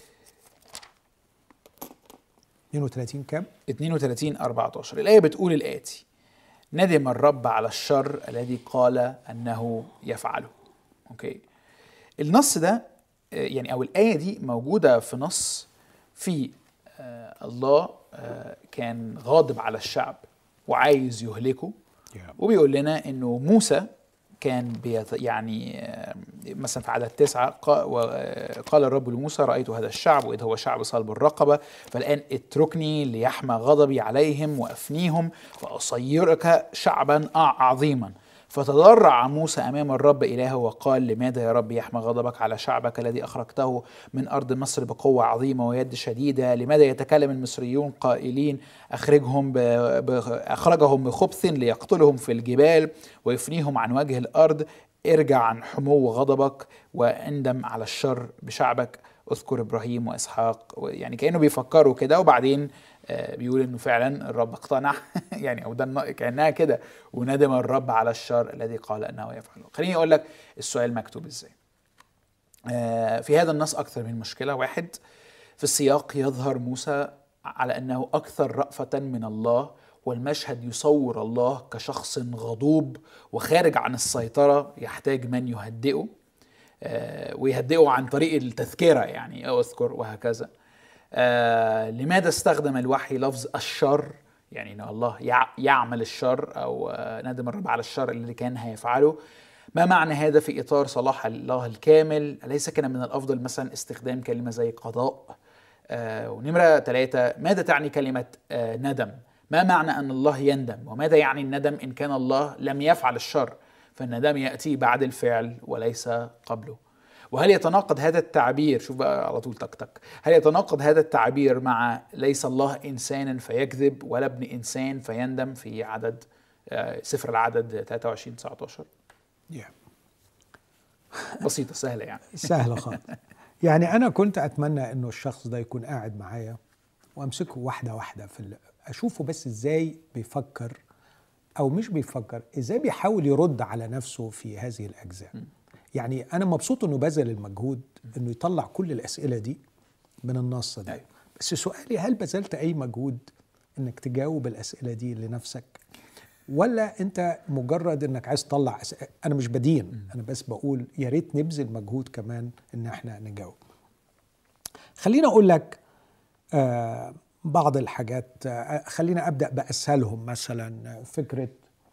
اتنين وتلاتين كام؟ اتنين وتلاتين اربعتاشر الآية بتقول الآتي: ندم الرب على الشر الذي قال أنه يفعله. اوكي، النص ده يعني او الآية دي موجودة في نص في آه الله آه كان غاضب على الشعب وعايز يهلكه، yeah. وبيقول لنا انه موسى كان بيت يعني مثلا في عدد تسعة قال الرب لموسى: رأيت هذا الشعب وإذ هو شعب صلب الرقبة، فالآن اتركني ليحمى غضبي عليهم وأفنيهم فأصيرك شعبا عظيما. فتضرع موسى أمام الرب إلهه وقال: لماذا يا رب يحمى غضبك على شعبك الذي أخرجته من أرض مصر بقوة عظيمة ويد شديدة؟ لماذا يتكلم المصريون قائلين أخرجهم ب... ب... أخرجهم بخبث ليقتلهم في الجبال ويفنيهم عن وجه الأرض؟ ارجع عن حمو غضبك واندم على الشر بشعبك، اذكر إبراهيم وإسحاق. يعني كأنه بيفكروا كده، وبعدين بيقول انه فعلا الرب اقتنع يعني او ده كانها كده: وندم الرب على الشر الذي قال انه يفعله. خليني اقول لك السؤال مكتوب ازاي. في هذا النص اكثر من مشكله. واحد، في السياق يظهر موسى على انه اكثر رأفة من الله، والمشهد يصور الله كشخص غضوب وخارج عن السيطرة يحتاج من يهدئه، ويهدئه عن طريق التذكرة، يعني اذكر وهكذا. آه، لماذا استخدم الوحي لفظ الشر؟ يعني ان الله يعمل الشر، او آه ندم الرب على الشر اللي كان هيفعله. ما معنى هذا في اطار صلاح الله الكامل؟ أليس كان من الافضل مثلا استخدام كلمه زي قضاء؟ آه ونمره ثلاثة، ماذا تعني كلمه آه ندم؟ ما معنى ان الله يندم؟ وماذا يعني الندم ان كان الله لم يفعل الشر؟ فالندم ياتي بعد الفعل وليس قبله. وهل يتناقض هذا التعبير، شوف بقى على طول تك تك، هل يتناقض هذا التعبير مع ليس الله إنسانا فيكذب ولا ابن إنسان فيندم في عدد سفر العدد تلاتة وعشرين تسعتاشر؟ yeah. بسيطة سهلة يعني. سهلة خالص. يعني أنا كنت أتمنى إنه الشخص ده يكون قاعد معايا وأمسكه واحدة واحدة في ال... أشوفه بس إزاي بيفكر، أو مش بيفكر، إزاي بيحاول يرد على نفسه في هذه الأجزاء. م. يعني أنا مبسوط إنه بذل المجهود إنه يطلع كل الأسئلة دي من النص ده. أيوة. بس سؤالي، هل بذلت أي مجهود إنك تجاوب الأسئلة دي لنفسك؟ ولا أنت مجرد إنك عايز تطلع أسئلة؟ أنا مش بدين، أنا بس بقول يا ريت نبذل مجهود كمان إن إحنا نجاوب. خلينا أقول لك آه بعض الحاجات. آه خلينا أبدأ بأسهلهم. مثلا فكرة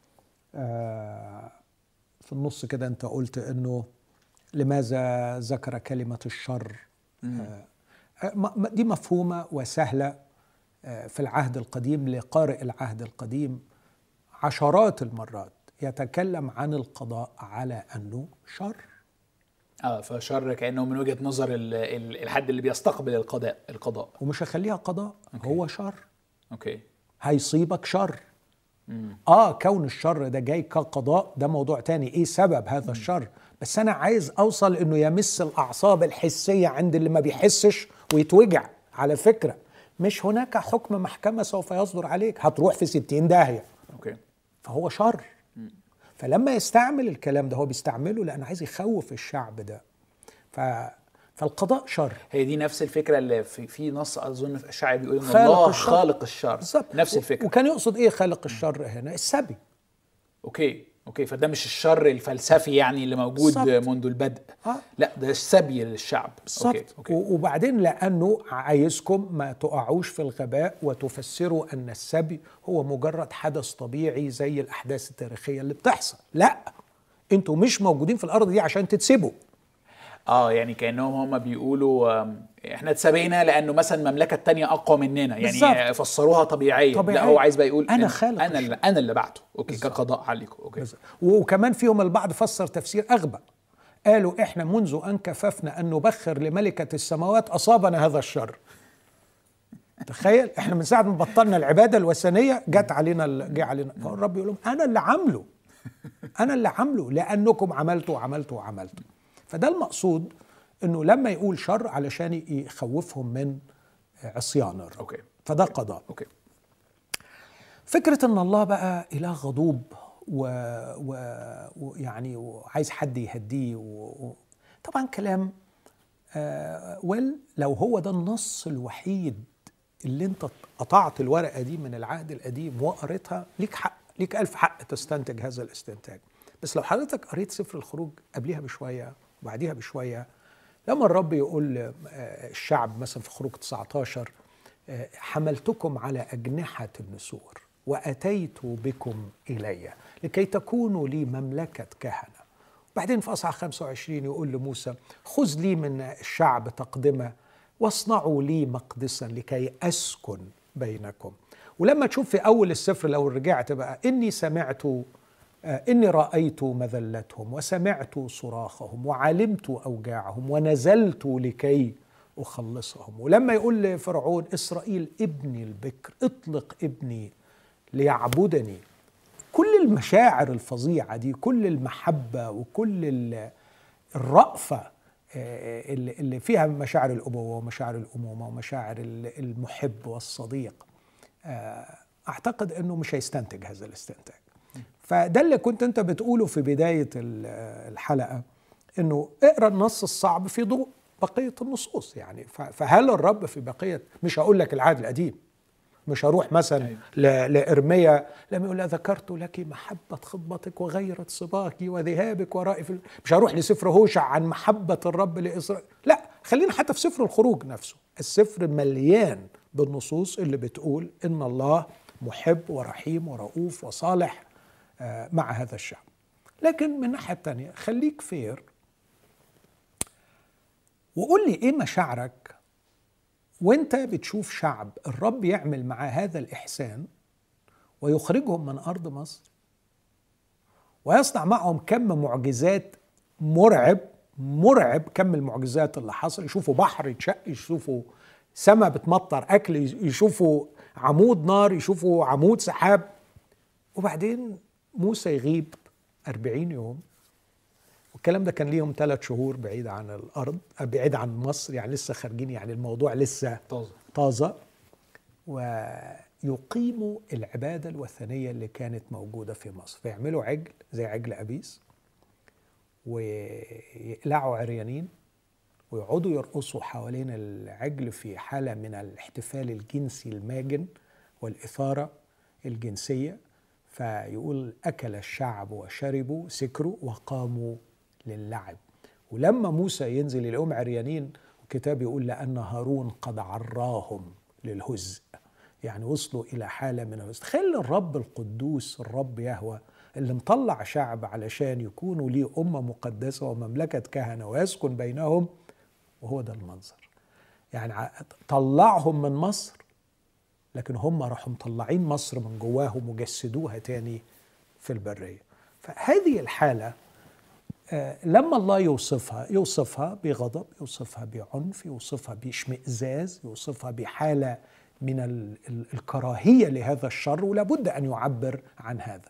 آه في النص كده أنت قلت إنه لماذا ذكر كلمة الشر؟ آه دي مفهومة وسهلة آه في العهد القديم. لقارئ العهد القديم عشرات المرات يتكلم عن القضاء على أنه شر. اه فشر كأنه من وجهة نظر الحد اللي بيستقبل القضاء القضاء ومش هيخليها قضاء. أوكي. هو شر. اوكي، هيصيبك شر. مم. اه كون الشر ده جاي كقضاء ده موضوع تاني، ايه سبب هذا مم. الشر؟ بس انا عايز اوصل انه يمس الاعصاب الحسية عند اللي ما بيحسش ويتوجع. على فكرة مش هناك حكم محكمة سوف يصدر عليك، هتروح في ستين داهية. اوكي، فهو شر. مم. فلما يستعمل الكلام ده هو بيستعمله لأنه عايز يخوف الشعب ده. ف... فالقضاء شر. هي دي نفس الفكرة اللي في, في نص أظن في الشعر بيقول إن الله الشر. خالق الشر بالظبط. نفس الفكرة. وكان يقصد إيه خالق الشر هنا؟ السبي. أوكي أوكي فده مش الشر الفلسفي يعني اللي موجود بالزبط. منذ البدء. آه. لا ده السبي للشعب. أوكي. أوكي. وبعدين لأنه عايزكم ما تقعوش في الغباء وتفسروا أن السبي هو مجرد حدث طبيعي زي الأحداث التاريخية اللي بتحصل. لا، أنتوا مش موجودين في الأرض دي عشان تتسبوا. اه يعني كأنهم هم بيقولوا احنا اتسبينا لأنه مثلا مملكة تانية أقوى مننا، يعني بالزبط. فسروها طبيعية. طبيعي. لا هو عايز بقى يقول أنا خالق أنا اللي أنا اللي بعته. أوكي بالزبط. كقضاء عليكم. أوكي بالزبط. وكمان فيهم البعض فسر تفسير أغبى، قالوا إحنا منذ أن كففنا أن نبخر لملكة السماوات أصابنا هذا الشر. تخيل، إحنا من ساعة ما بطلنا العبادة الوثنية جت علينا جه علينا. فالرب يقول لهم أنا اللي عامله، أنا اللي عامله لأنكم عملتوا وعملتوا وعملتوا. فده المقصود، إنه لما يقول شر علشان يخوفهم من عصيان الرب. أوكي. فده قضاء. أوكي. فكرة إن الله بقى إله غضوب ويعني و... وعايز حد يهديه و... طبعا كلام آه ويل لو هو ده النص الوحيد اللي انت قطعت الورقة دي من العهد القديم وقريتها، ليك حق، ليك ألف حق تستنتج هذا الاستنتاج. بس لو حضرتك قريت سفر الخروج قبلها بشوية وبعديها بشوية، لما الرب يقول الشعب مثلا في خروج تسعة عشر حملتكم على أجنحة النسور وأتيت بكم إلي لكي تكونوا لي مملكة كهنة. بعدين في أصحاح خمسة وعشرين يقول لموسى خذ لي من الشعب تقدمة واصنعوا لي مقدسا لكي أسكن بينكم. ولما تشوف في أول السفر لو رجعت بقى إني سمعت إني رأيت مذلتهم وسمعت صراخهم وعلمت أوجاعهم ونزلت لكي أخلصهم. ولما يقول لفرعون إسرائيل ابني البكر اطلق ابني ليعبدني، كل المشاعر الفظيعة دي، كل المحبة وكل الرأفة اللي فيها مشاعر الأبوة ومشاعر الأمومة ومشاعر المحب والصديق، أعتقد أنه مش هيستنتج هذا الاستنتاج. فده اللي كنت أنت بتقوله في بداية الحلقة، أنه اقرأ النص الصعب في ضوء بقية النصوص. يعني فهل الرب في بقية، مش هقول لك العهد القديم، مش هروح مثلا لإرميا لما يقول ذكرت لك محبة خطبتك وغيرة صباك وذهابك ورائي في، مش هروح لسفر هوشع عن محبة الرب لإسرائيل، لا، خلينا حتى في سفر الخروج نفسه. السفر مليان بالنصوص اللي بتقول إن الله محب ورحيم ورؤوف وصالح مع هذا الشعب. لكن من الناحية التانية خليك فير وقول لي إيه مشاعرك وانت بتشوف شعب الرب يعمل معاه هذا الإحسان ويخرجهم من أرض مصر ويصنع معهم كم معجزات مرعب مرعب، كم المعجزات اللي حصل. يشوفوا بحر يتشق، يشوفوا سماء بتمطر أكل، يشوفوا عمود نار، يشوفوا عمود سحاب، وبعدين موسى يغيب أربعين يوم. والكلام ده كان ليهم ثلاث شهور بعيد عن الأرض، بعيد عن مصر، يعني لسه خارجين، يعني الموضوع لسه طازة طازة ويقيموا العبادة الوثنية اللي كانت موجودة في مصر. فيعملوا عجل زي عجل أبيس ويقلعوا عريانين ويقعدوا يرقصوا حوالين العجل في حالة من الاحتفال الجنسي الماجن والإثارة الجنسية. فيقول أكل الشعب وشربوا سكروا وقاموا للعب. ولما موسى ينزل يلاقيهم عريانين، الكتاب يقول لأن هارون قد عراهم للهزء، يعني وصلوا إلى حالة من الهزء. تخيل الرب القدوس، الرب يهوه اللي مطلع شعب علشان يكونوا ليه أمة مقدسة ومملكة كهنة ويسكن بينهم، وهو ده المنظر. يعني طلعهم من مصر، لكن هم راحوا مطلعين مصر من جواهم وجسدوها تاني في البرية. فهذه الحالة لما الله يوصفها يوصفها بغضب، يوصفها بعنف، يوصفها باشمئزاز، يوصفها بحالة من الكراهية لهذا الشر، ولا بد أن يعبر عن هذا.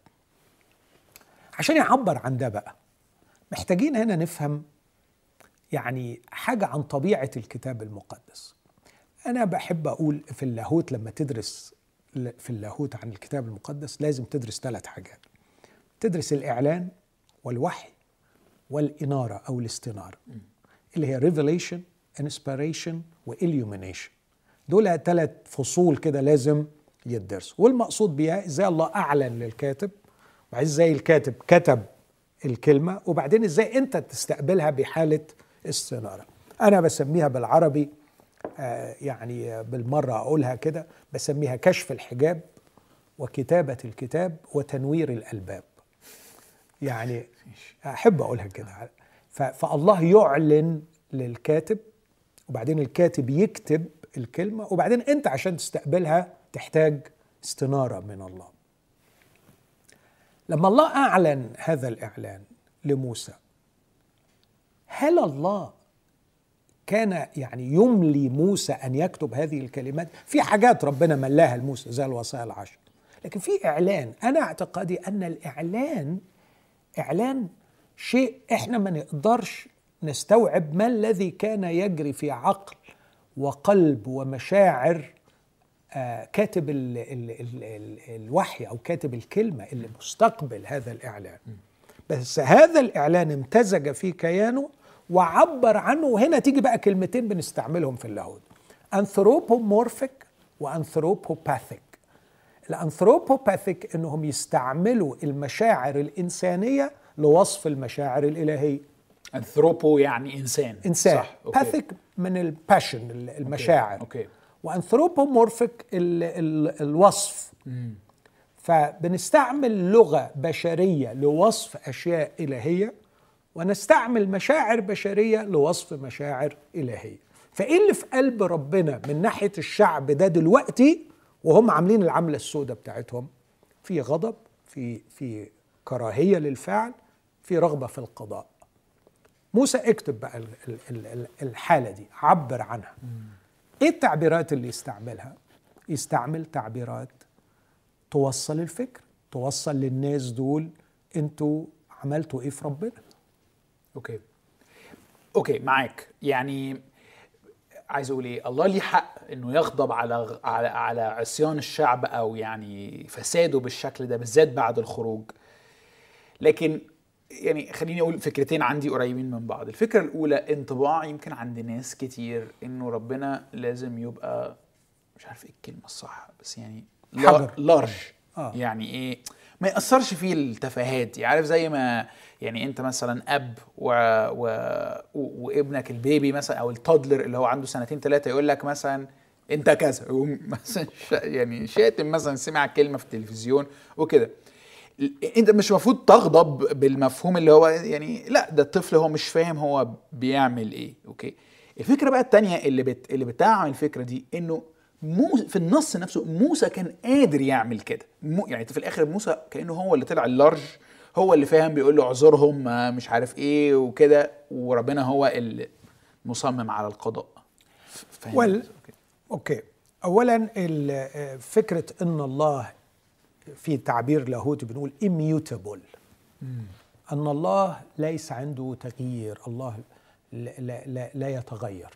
عشان يعبر عن ده بقى محتاجين هنا نفهم يعني حاجة عن طبيعة الكتاب المقدس. أنا بحب أقول في اللاهوت، لما تدرس في اللاهوت عن الكتاب المقدس لازم تدرس ثلاث حاجات. تدرس الإعلان والوحي والإنارة أو الاستنارة، اللي هي revelation, inspiration وillumination. دول ثلاث فصول كده لازم يدرسوا. والمقصود بيها إزاي الله أعلن للكاتب، وإزاي الكاتب كتب الكلمة، وبعدين إزاي أنت تستقبلها بحالة استنارة. أنا بسميها بالعربي آه يعني بالمرة أقولها كده، بسميها كشف الحجاب وكتابة الكتاب وتنوير الألباب. يعني أحب أقولها كده. فالله يعلن للكاتب، وبعدين الكاتب يكتب الكلمة، وبعدين أنت عشان تستقبلها تحتاج استنارة من الله. لما الله أعلن هذا الإعلان لموسى هل الله كان يعني يملي موسى أن يكتب هذه الكلمات؟ في حاجات ربنا ملاها لموسى زي الوصايا العشر، لكن في إعلان. أنا اعتقادي أن الإعلان إعلان شيء إحنا ما نقدرش نستوعب ما الذي كان يجري في عقل وقلب ومشاعر آه كاتب ال ال ال ال الوحي أو كاتب الكلمة اللي مستقبل هذا الإعلان. بس هذا الإعلان امتزج في كيانه وعبر عنه. وهنا تيجي بقى كلمتين بنستعملهم في اللاهوت، أنثروبومورفيك وأنثروبوباثيك. الأنثروبوباثيك إنهم يستعملوا المشاعر الإنسانية لوصف المشاعر الإلهية. أنثروبو يعني إنسان، إنسان. صح. باثيك من الباشن، المشاعر. أوكي. وأنثروبومورفيك ال ال الوصف. مم. فبنستعمل لغة بشرية لوصف أشياء إلهية، ونستعمل مشاعر بشرية لوصف مشاعر إلهية. فإيه اللي في قلب ربنا من ناحية الشعب ده دلوقتي وهم عاملين العملة السوداء بتاعتهم؟ في غضب، في في كراهية للفعل، في رغبة في القضاء. موسى اكتب بقى الحالة دي، عبر عنها. ايه التعبيرات اللي يستعملها؟ يستعمل تعبيرات توصل الفكر، توصل للناس دول انتوا عملتوا ايه في ربنا. اوكي اوكي معاك. يعني عايز اقول ايه، الله ليه حق انه يغضب على على على عصيان الشعب او يعني فساده بالشكل ده بالذات بعد الخروج. لكن يعني خليني اقول فكرتين عندي قريبين من بعض. الفكره الاولى انطباع يمكن عند ناس كتير انه ربنا لازم يبقى، مش عارف ايه الكلمه الصح، بس يعني لارج. آه. يعني ايه، ما يأثرش فيه التفاهات. عارف زي ما يعني انت مثلا اب و... و... وابنك البيبي مثلا او التودلر اللي هو عنده سنتين ثلاثه يقول لك مثلا انت كذا، مثلا يعني شاتم مثلا، سمع كلمه في التلفزيون وكده، انت مش المفروض تغضب بالمفهوم اللي هو يعني لا، ده الطفل هو مش فاهم هو بيعمل ايه. اوكي. الفكره بقى التانية اللي بت... اللي بتعمل الفكره دي انه مو في النص نفسه موسى كان قادر يعمل كده. مو يعني في الاخر موسى كانه هو اللي طلع اللارج، هو اللي فاهم، بيقول له اعذرهم مش عارف ايه وكده، وربنا هو اللي مصمم على القضاء. فاهم؟ well, اوكي اوكي اولا فكره ان الله في تعبير لاهوتي بنقول immutable، ان الله ليس عنده تغيير، الله لا, لا, لا, لا يتغير.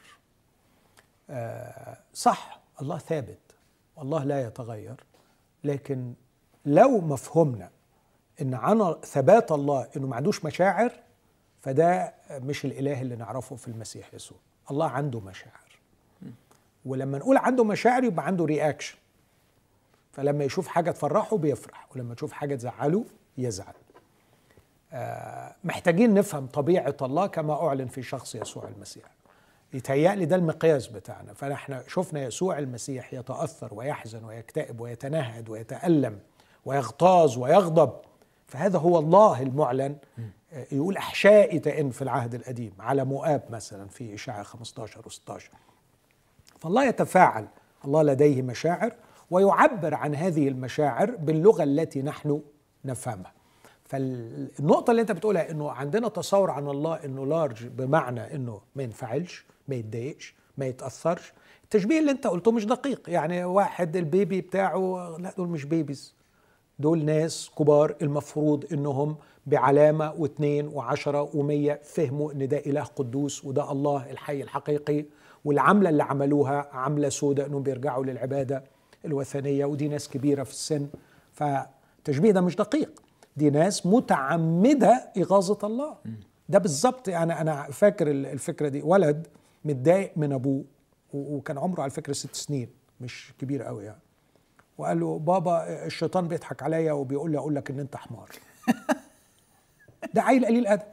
آه صح، الله ثابت والله لا يتغير، لكن لو مفهومنا ان عن ثبات الله انه ما عندوش مشاعر، فده مش الاله اللي نعرفه في المسيح يسوع. الله عنده مشاعر، ولما نقول عنده مشاعر يبقى عنده رياكشن. فلما يشوف حاجه تفرحه بيفرح، ولما يشوف حاجه تزعله يزعل. آه محتاجين نفهم طبيعه الله كما اعلن في شخص يسوع المسيح. يتهيألي ده المقياس بتاعنا. فنحن شفنا يسوع المسيح يتأثر ويحزن ويكتئب ويتنهد ويتألم ويغتاظ ويغضب. فهذا هو الله المعلن. يقول أحشائي تئن في العهد القديم على مؤاب مثلا في إشاعة خمسة عشر وستة عشر. فالله يتفاعل، الله لديه مشاعر ويعبر عن هذه المشاعر باللغة التي نحن نفهمها. فالنقطة اللي انت بتقولها انه عندنا تصور عن الله انه لارج، بمعنى انه ما ينفعلش، ما يتضايقش، ما يتأثرش. التشبيه اللي انت قلته مش دقيق. يعني واحد البيبي بتاعه، لا دول مش بيبيز، دول ناس كبار المفروض انهم بعلامة واثنين وعشرة ومية فهموا ان ده اله قدوس وده الله الحي الحقيقي، والعملة اللي عملوها عملة سودة انهم بيرجعوا للعبادة الوثنية، ودي ناس كبيرة في السن. فالتشبيه ده مش دقيق، دي ناس متعمدة إغاظة الله. ده بالظبط. يعني أنا فاكر الفكرة دي، ولد متضايق من أبوه وكان عمره على فكرة ست سنين، مش كبير قوي يعني، وقال له بابا الشيطان بيضحك عليا وبيقول لي أقول لك إن أنت حمار. ده عيل قليل أدب.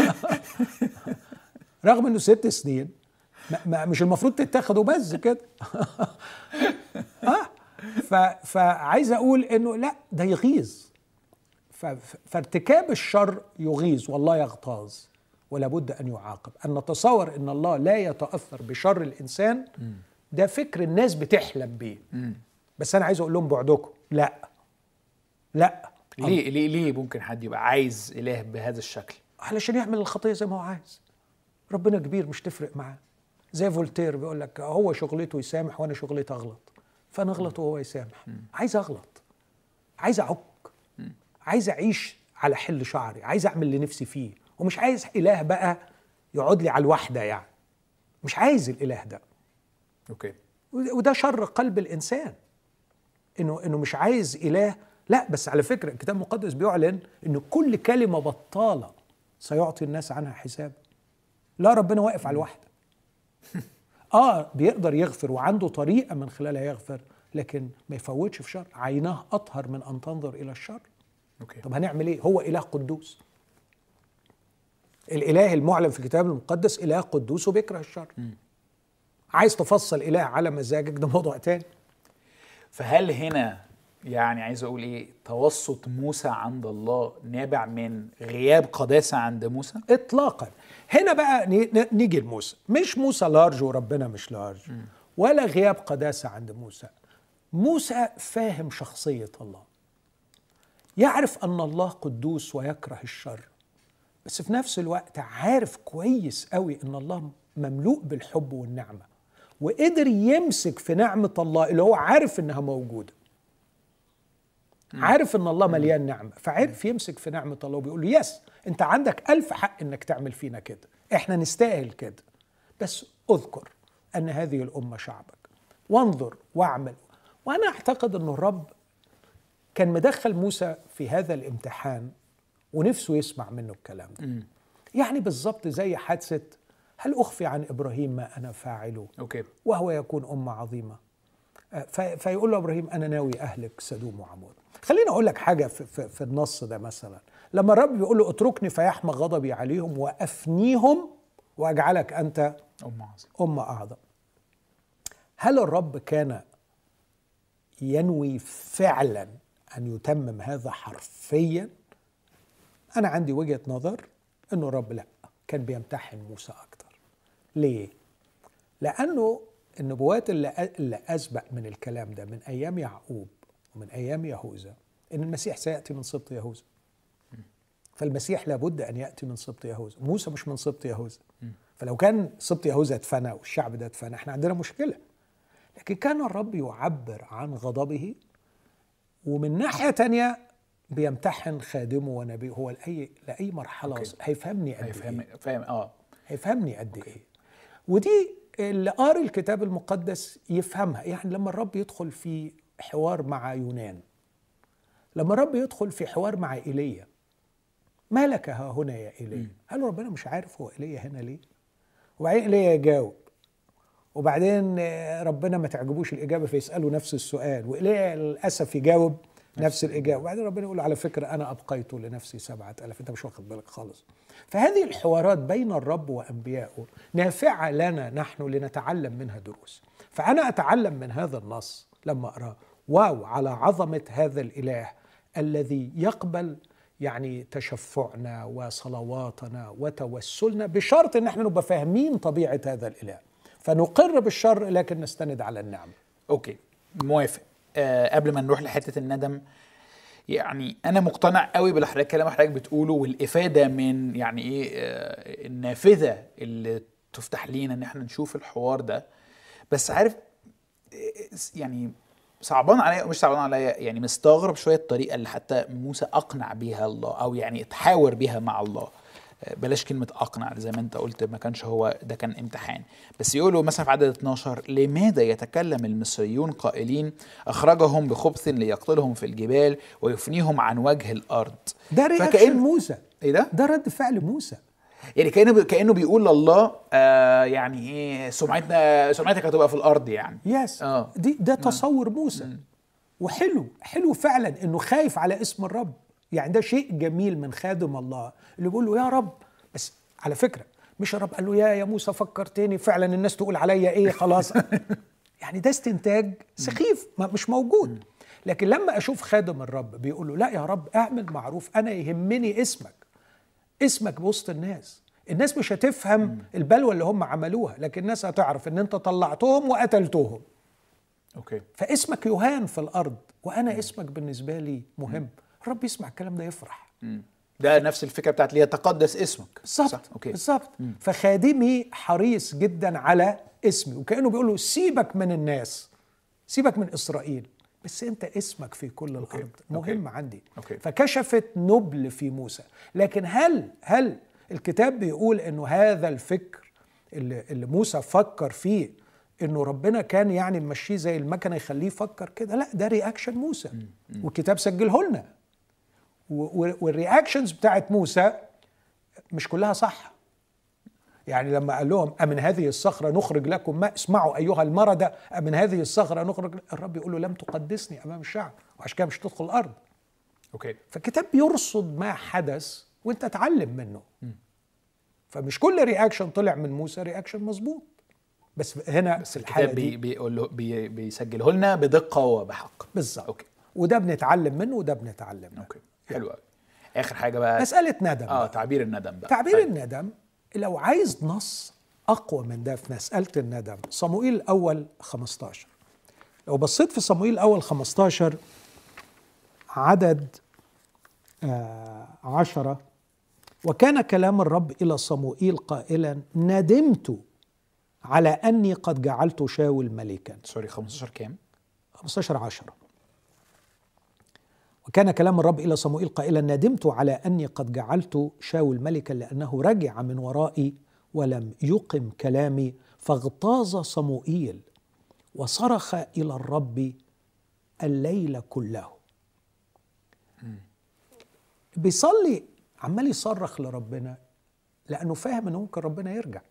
رغم إنه ست سنين، ما مش المفروض تتاخدوا بس كده. فعايز أقول إنه لا، ده يغيظ. فارتكاب الشر يغيظ والله يغتاظ، ولا بد أن يعاقب. أن نتصور أن الله لا يتأثر بشر الإنسان، ده فكر الناس بتحلم بيه. بس أنا عايز أقول لهم بعدكم لا لا. ليه ليه ليه ممكن حد يبقى عايز إله بهذا الشكل؟ علشان يعمل الخطية زي ما هو عايز. ربنا كبير مش تفرق معاه. زي فولتير بيقول لك هو شغلته يسامح وانا شغلتي اغلط، فانا اغلط وهو يسامح. عايز اغلط، عايز اعك، عايز اعيش على حل شعري، عايز اعمل اللي نفسي فيه، ومش عايز اله بقى يقعد لي على الوحده. يعني مش عايز الاله ده. اوكي. وده شر قلب الانسان، انه انه مش عايز اله. لا بس على فكره الكتاب المقدس بيعلن ان كل كلمه بطاله سيعطي الناس عنها حساب. لا، ربنا واقف على الوحده. اه بيقدر يغفر وعنده طريقه من خلالها يغفر، لكن ما يفوتش في شر. عيناه اطهر من ان تنظر الى الشر. اوكي. طب هنعمل ايه؟ هو اله قدوس. الاله المعلن في الكتاب المقدس اله قدوس وبيكره الشر. م. عايز تفصل اله على مزاجك، ده موضوع تاني. فهل هنا يعني عايز اقول ايه، توسط موسى عند الله نابع من غياب قداسه عند موسى؟ اطلاقا. هنا بقى نيجي لموسى. مش موسى لارج وربنا مش لارج، م. ولا غياب قداسه عند موسى. موسى فاهم شخصيه الله، يعرف ان الله قدوس ويكره الشر، بس في نفس الوقت عارف كويس قوي ان الله مملوء بالحب والنعمه، وقدر يمسك في نعمه الله اللي هو عارف انها موجوده. م. عارف ان الله مليان نعمه، فعرف يمسك في نعمه الله وبيقول له يس انت عندك الف حق انك تعمل فينا كده، احنا نستاهل كده، بس اذكر ان هذه الامه شعبك، وانظر واعمل. وانا اعتقد ان الرب كان مدخل موسى في هذا الامتحان ونفسه يسمع منه الكلام ده. م. يعني بالضبط زي حادثه هل اخفي عن ابراهيم ما انا فاعله أوكي. وهو يكون امه عظيمه. فيقول له ابراهيم انا ناوي اهلك سدوم وعمور. خليني اقول لك حاجه في, في, في النص ده. مثلا لما الرب بيقول له اتركني فيحمى غضبي عليهم وافنيهم واجعلك انت ام عظيم ام اعظم، هل الرب كان ينوي فعلا ان يتمم هذا حرفيا؟ انا عندي وجهه نظر انه الرب لا، كان بيمتحن موسى اكتر. ليه؟ لانه النبوات اللي, اللي أسبق من الكلام ده من أيام يعقوب ومن أيام يهوذا إن المسيح سيأتي من سبط يهوذا. فالمسيح لابد أن يأتي من سبط يهوذا. موسى مش من سبط يهوذا، فلو كان سبط يهوذا اتفنى والشعب ده اتفنى احنا عندنا مشكلة. لكن كان الرب يعبر عن غضبه، ومن ناحية تانية بيمتحن خادمه ونبيه. هو لأي, لأي مرحلة أوكي. هيفهمني قد هيفهم إيه فاهم اه هيفهمني قد أوكي. إيه. ودي اللي قاري الكتاب المقدس يفهمها. يعني لما الرب يدخل في حوار مع يونان، لما الرب يدخل في حوار مع إيليا، ما لك ها هنا يا إيليا؟ هل ربنا مش عارف هو إيليا هنا ليه؟ وبعدين إيليا يجاوب، وبعدين ربنا ما تعجبوش الإجابة فيسأله نفس السؤال، وإيليا للأسف يجاوب نفس الإجابة، وبعدين ربنا يقول على فكرة أنا أبقيت لنفسي سبعة ألاف، أنت مش واخد بالك خالص. فهذه الحوارات بين الرب وأنبيائه نافعة لنا نحن لنتعلم منها دروس. فأنا أتعلم من هذا النص لما أراه واو على عظمة هذا الإله الذي يقبل يعني تشفعنا وصلواتنا وتوسلنا، بشرط ان احنا نبقى فاهمين طبيعة هذا الإله، فنقر بالشر لكن نستند على النعمة. اوكي موافق. أه قبل ما نروح لحتة الندم، يعني انا مقتنع قوي بالحضرتك كلام حضرتك بتقوله، والافاده من يعني ايه آه النافذه اللي تفتح لينا ان احنا نشوف الحوار ده. بس عارف يعني صعبان عليا مش صعبان عليا يعني مستغرب شويه الطريقه اللي حتى موسى اقنع بيها الله، او يعني اتحاور بيها مع الله. بلاش كلمة أقنع زي ما أنت قلت، ما كانش هو ده كان امتحان. بس يقولوا مثلا في عدد اتناشر لماذا يتكلم المصريون قائلين أخرجهم بخبث ليقتلهم في الجبال ويفنيهم عن وجه الأرض. ده رياكشن موسى. إيه ده؟ ده رد فعل موسى. يعني كأنه كأنه بيقول لله آه يعني إيه سمعتنا سمعتك هتبقى في الأرض يعني. يس آه. دي ده تصور موسى. م. وحلو حلو فعلا إنه خايف على اسم الرب. يعني ده شيء جميل من خادم الله اللي بيقول له يا رب. بس على فكرة مش الرب قال له يا يا موسى فكرتني فعلا الناس تقول عليا ايه خلاص. يعني ده استنتاج سخيف مش موجود. لكن لما اشوف خادم الرب بيقول له لا يا رب اعمل معروف، انا يهمني اسمك، اسمك بوسط الناس. الناس مش هتفهم البلوى اللي هم عملوها، لكن الناس هتعرف ان انت طلعتهم وقتلتهم. اوكي. فاسمك يهان في الارض وانا اسمك بالنسبة لي مهم. الرب يسمع الكلام ده يفرح. ده نفس الفكره بتاعت اللي هي تقدس اسمك. بالظبط بالظبط. فخادمي حريص جدا على اسمي، وكانه بيقول له سيبك من الناس، سيبك من اسرائيل، بس انت اسمك في كل الارض أوكي. مهم أوكي. عندي أوكي. فكشفت نبل في موسى. لكن هل هل الكتاب بيقول انه هذا الفكر اللي, اللي موسى فكر فيه انه ربنا كان يعني ممشيه زي المكنه يخليه يفكر كده؟ لا، ده رياكشن موسى، والكتاب سجله لنا. والرياكشنز بتاعت موسى مش كلها صح. يعني لما قال لهم أمن هذه الصخرة نخرج لكم ماء، اسمعوا أيها المردة، أمن هذه الصخرة نخرج، الرب يقول له لم تقدسني أمام الشعب، وعشان كده مش تدخل الأرض. أوكي. فالكتاب بيرصد ما حدث وانت تعلم منه. م. فمش كل رياكشن طلع من موسى رياكشن مظبوط، بس هنا بس الكتاب بي بيقول بي بيسجله لنا بدقة وبحق. بالظبط. أوكي. وده بنتعلم منه وده بنتعلم منه. أوكي. حلو قوي. آخر حاجة بقى مسألة ندم. آه بقى. تعبير الندم بقى. تعبير طيب. الندم لو عايز نص أقوى من ده في مسألة الندم، صموئيل الأول خمستاشر. لو بصيت في صموئيل الأول خمستاشر عدد آه عشرة، وكان كلام الرب إلى صموئيل قائلا ندمت على أني قد جعلت شاول ملكا. سوري خمستاشر كام؟ خمستاشر عشرة. وكان كلام الرب إلى صموئيل قائلا ندمت على أني قد جعلت شاول ملكا لأنه رجع من ورائي ولم يقم كلامي. فاغتاظ صموئيل وصرخ إلى الرب الليل كله. بيصلي عمال يصرخ لربنا لأنه فاهم أنه ممكن ربنا يرجع.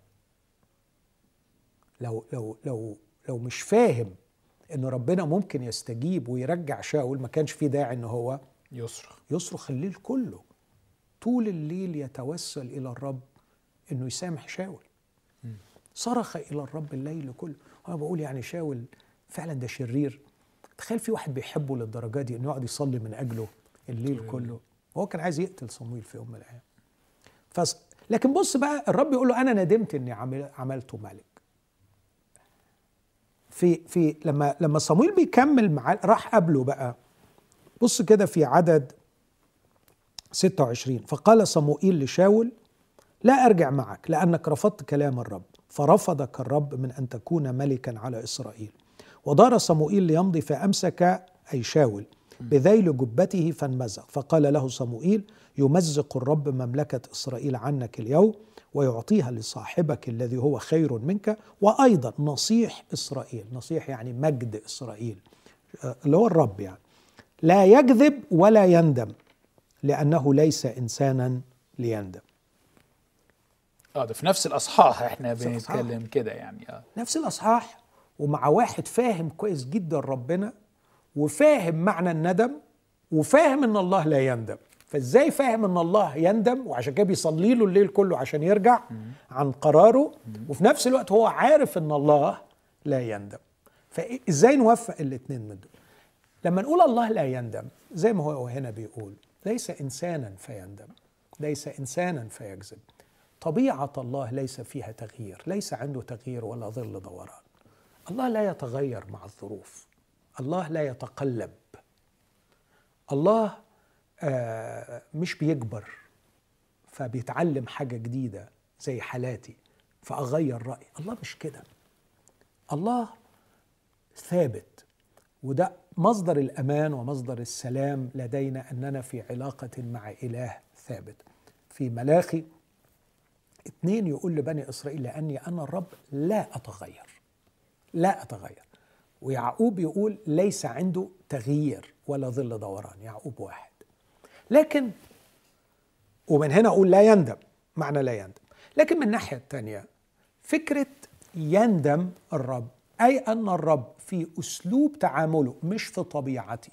لو لو لو لو مش فاهم أن ربنا ممكن يستجيب ويرجع شاول، ما كانش فيه داعي أنه هو يصرخ يصرخ الليل كله. طول الليل يتوسل إلى الرب أنه يسامح شاول. م. صرخ إلى الرب الليل كله. وأنا بقول يعني شاول فعلا ده شرير. تخيل في واحد بيحبه للدرجة دي أنه يقعد يصلي من أجله الليل كله. وهو كان عايز يقتل صموئيل في يوم من الأيام. فص... لكن بص بقى، الرب يقول له أنا ندمت أني عمل... عملته ملك. في في لما لما صموئيل بيكمل معاه راح قبله بقى. بص كده في عدد ستة وعشرين. فقال صموئيل لشاول لا أرجع معك لأنك رفضت كلام الرب، فرفضك الرب من أن تكون ملكا على إسرائيل. ودار صموئيل ليمضي فأمسك أي شاول بذيل جبته فانمزق. فقال له صموئيل يمزق الرب مملكة إسرائيل عنك اليوم ويعطيها لصاحبك الذي هو خير منك، وأيضا نصيح إسرائيل. نصيح يعني مجد إسرائيل اللي هو الرب يعني. لا يكذب ولا يندم لأنه ليس إنسانا ليندم. اه ده في نفس الأصحاح احنا بنتكلم كده يعني. اه نفس الأصحاح، ومع واحد فاهم كويس جدا ربنا وفاهم معنى الندم وفاهم ان الله لا يندم. فازاي فاهم ان الله يندم وعشان كده بيصلي له الليل كله عشان يرجع عن قراره، وفي نفس الوقت هو عارف ان الله لا يندم. فازاي نوفق الاثنين من دول؟ لما نقول الله لا يندم زي ما هو هنا بيقول ليس انسانا فيندم، ليس انسانا فيكذب. طبيعة الله ليس فيها تغيير، ليس عنده تغيير ولا ظل دوران. الله لا يتغير مع الظروف، الله لا يتقلب، الله آه مش بيكبر فبيتعلم حاجة جديدة زي حالاتي فأغير رأيي. الله مش كده. الله ثابت، وده مصدر الأمان ومصدر السلام لدينا أننا في علاقة مع إله ثابت. في ملاخي اتنين يقول لبني إسرائيل لأني أنا الرب لا أتغير، لا أتغير. ويعقوب يقول ليس عنده تغيير ولا ظل دوران، يعقوب واحد. لكن ومن هنا أقول لا يندم، معنى لا يندم. لكن من الناحية التانية فكرة يندم الرب أي أن الرب في أسلوب تعامله مش في طبيعته.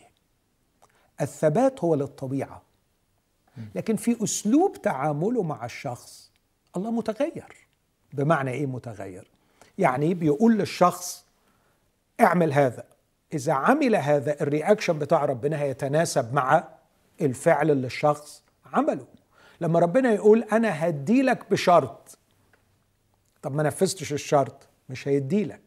الثبات هو للطبيعة، لكن في أسلوب تعامله مع الشخص الله متغير. بمعنى إيه متغير؟ يعني بيقول للشخص اعمل هذا، إذا عمل هذا الرياكشن بتاع ربنا هيتناسب مع الفعل اللي الشخص عمله. لما ربنا يقول أنا هديلك بشرط، طب ما نفذتش الشرط مش هيديلك.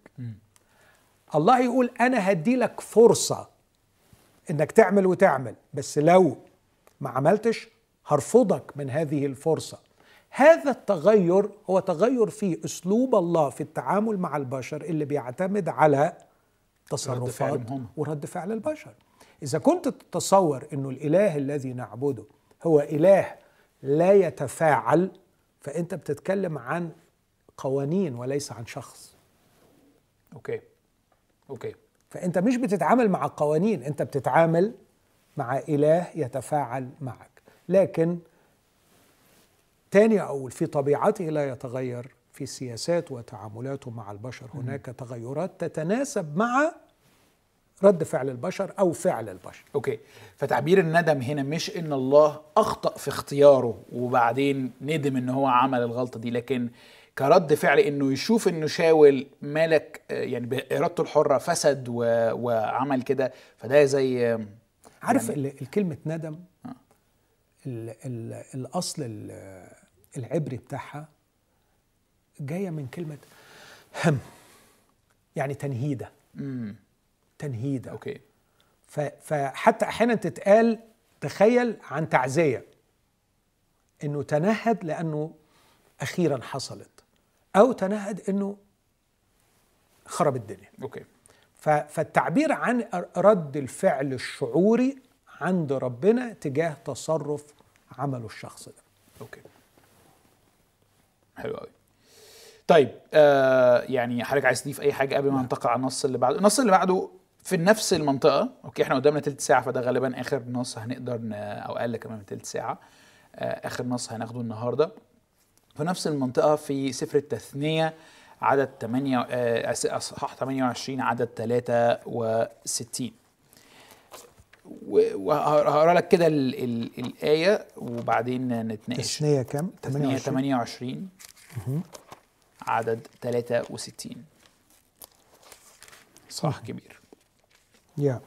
الله يقول أنا هديلك فرصة إنك تعمل وتعمل، بس لو ما عملتش هرفضك من هذه الفرصة. هذا التغير هو تغير في أسلوب الله في التعامل مع البشر اللي بيعتمد على تصرفات ورد فعل البشر. إذا كنت تتصور أنه الإله الذي نعبده هو إله لا يتفاعل، فأنت بتتكلم عن قوانين وليس عن شخص. أوكي أوكي فأنت مش بتتعامل مع قوانين، أنت بتتعامل مع إله يتفاعل معك. لكن تاني أقول في طبيعته لا يتغير، في سياسات وتعاملاته مع البشر هناك تغيرات تتناسب مع رد فعل البشر أو فعل البشر. أوكي، فتعبير الندم هنا مش إن الله أخطأ في اختياره وبعدين ندم إن هو عمل الغلطة دي، لكن كرد فعل إنه يشوف إنه شاول ملك يعني بإرادته الحرة فسد و... وعمل كده. فده زي عارف يعني الكلمة ندم آه. ال ال الأصل العبري بتاعها جاية من كلمة هم، يعني تنهيدة. امم تنهيدة. أوكي. فحتى أحيانا تتقال تخيل عن تعزية، إنه تنهد لأنه أخيرا حصلت، أو تنهد إنه خرب الدنيا. أوكي. فالتعبير عن رد الفعل الشعوري عند ربنا تجاه تصرف عمله الشخص ده. أوكي، حلو قوي. طيب آه يعني حضرتك عايز تضيف أي حاجة قبل ما ننتقل على النص اللي بعده؟ النص اللي بعده في نفس المنطقة. أوكي، إحنا قدامنا تلت ساعة، فده غالبا آخر نص هنقدر ن... أو أقل كمان من تلت ساعة. آه آخر نص هناخده النهاردة في نفس المنطقة في سفر التثنية عدد ثمانية آه أصحاح ثمانية وعشرين عدد ثلاثة وستين. وهقرا لك كده الآية وبعدين نتناقش. تثنية كم؟ تثنية ثمانية وعشرين عدد ثلاثة وستين. صح كبير. يا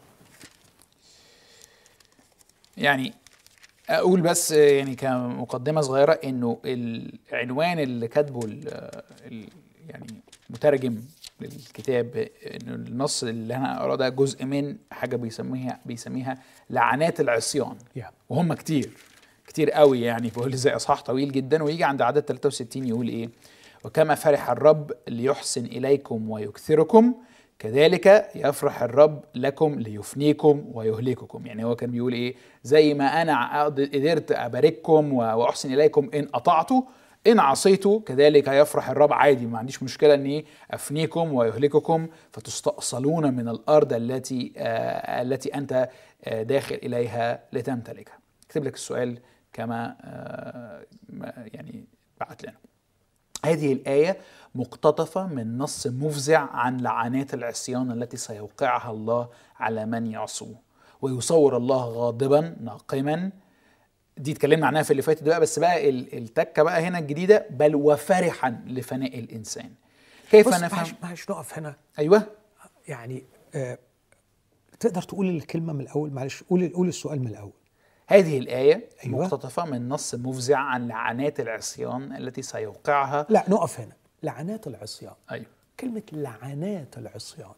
يعني اقول بس يعني كمقدمه صغيره انه العنوان اللي كاتبه يعني مترجم للكتاب، انه النص اللي انا اقراه ده جزء من حاجه بيسميها بيسميها لعنات العصيان. yeah. وهم كتير كتير قوي، يعني بقول زي اصحاح طويل جدا. ويجي عند عدد ثلاثة وستين يقول ايه: وكما فرح الرب ليحسن اليكم ويكثركم، كذلك يفرح الرب لكم ليفنيكم ويهلككم. يعني هو كان بيقول ايه؟ زي ما انا قدرت ابارككم واحسن اليكم ان اطعتوا، ان عصيتوا كذلك يفرح الرب. عادي، ما عنديش مشكله اني افنيكم ويهلككم فتستأصلون من الارض التي آه التي انت آه داخل اليها لتمتلكها. اكتب لك السؤال كما آه يعني بعت لنا. هذه الآية مقتطفة من نص مفزع عن لعنات العصيان التي سيوقعها الله على من يعصوه، ويصور الله غاضبا ناقما. دي اتكلمنا عنها في اللي فاتت بقى، بس بقى التكة بقى هنا الجديدة: بل وفرحا لفناء الإنسان. كيف نفهم؟ معلش نقف هنا. أيوة، يعني آه تقدر تقول الكلمة من الأول؟ معلش قول قول السؤال من الأول. هذه الآية أيوة. مقتطفة من نص مفزع عن لعنات العصيان التي سيوقعها. لا، نقف هنا. لعنات العصيان. أيوة. كلمة لعنات العصيان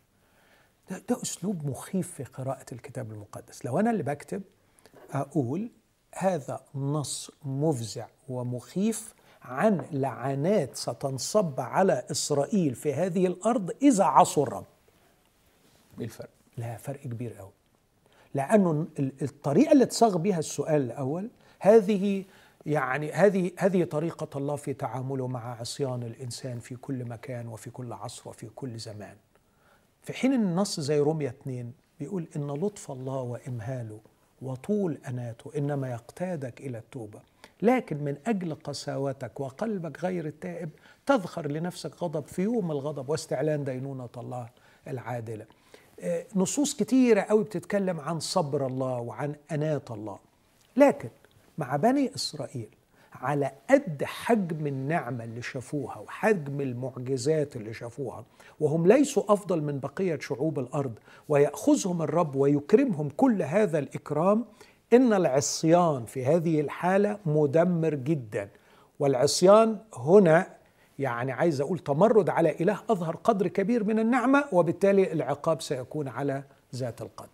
ده, ده أسلوب مخيف في قراءة الكتاب المقدس. لو أنا اللي بكتب أقول هذا نص مفزع ومخيف عن لعنات ستنصب على إسرائيل في هذه الأرض إذا عصوا الرب. إيه الفرق؟ لا، فرق كبير قوي. لأنه الطريقة اللي تصاغ بها السؤال الأول هذه يعني هذه هذه طريقة الله في تعامله مع عصيان الإنسان في كل مكان وفي كل عصر وفي كل زمان، في حين أن النص زي رومية اثنين بيقول إن لطف الله وإمهاله وطول أناته إنما يقتادك إلى التوبة، لكن من أجل قساوتك وقلبك غير التائب تذخر لنفسك غضب في يوم الغضب واستعلان دينونة الله العادلة. نصوص كتيرة قوي بتتكلم عن صبر الله وعن أناة الله. لكن مع بني إسرائيل على قد حجم النعمة اللي شافوها وحجم المعجزات اللي شافوها، وهم ليسوا أفضل من بقية شعوب الأرض، ويأخذهم الرب ويكرمهم كل هذا الإكرام، إن العصيان في هذه الحالة مدمر جدا. والعصيان هنا يعني عايز أقول تمرد على إله أظهر قدر كبير من النعمة، وبالتالي العقاب سيكون على ذات القدر.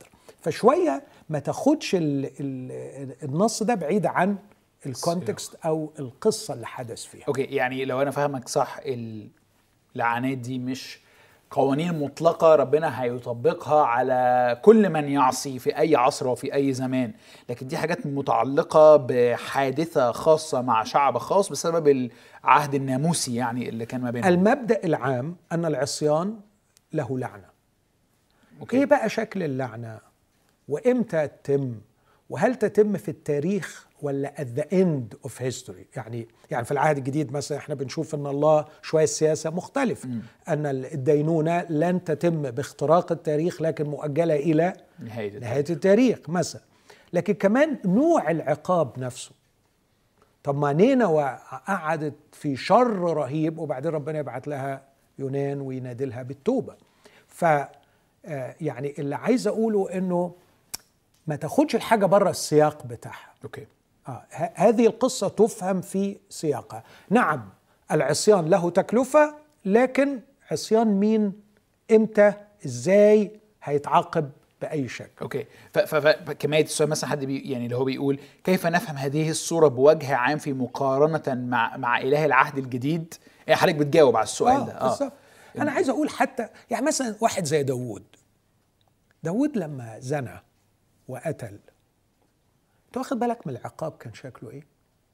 فشويه ما تاخدش ال ال النص ده بعيد عن الكونتكست او القصه اللي حدث فيها. اوكي، يعني لو انا فاهمك صح، اللعنات دي مش قوانين مطلقة ربنا هيطبقها على كل من يعصي في أي عصر وفي أي زمان، لكن دي حاجات متعلقة بحادثة خاصة مع شعب خاص بسبب العهد الناموسي يعني اللي كان ما بينهم. المبدأ العام أن العصيان له لعنة. أوكي. إيه بقى شكل اللعنة؟ وإمتى تتم؟ وهل تتم في التاريخ ولا at the end of history؟ يعني يعني في العهد الجديد مثلا احنا بنشوف ان الله شوية السياسة مختلف، م. ان الدينونة لن تتم باختراق التاريخ لكن مؤجلة الى نهاية التاريخ, نهاية التاريخ مثلا. لكن كمان نوع العقاب نفسه. طب ما نينوى قعدت في شر رهيب وبعدين ربنا يبعت لها يونان وينادلها بالتوبة. ف يعني اللي عايز اقوله انه ما تاخدش الحاجة بره السياق بتاعها. اوكي. آه هذه القصة تفهم في سياقها. نعم العصيان له تكلفة، لكن عصيان مين، امتى، ازاي، هيتعاقب بأي شكل. اوكي. فكمية السؤال مثلا حد بي يعني اللي هو بيقول كيف نفهم هذه الصورة بوجه عام في مقارنة مع مع إله العهد الجديد؟ إيه حضرتك بتجاوب على السؤال آه ده؟ اه أنا عايز أقول حتى يعني مثلا واحد زي داود داود لما زنى وقتل، انت واخد بالك من العقاب كان شكله ايه؟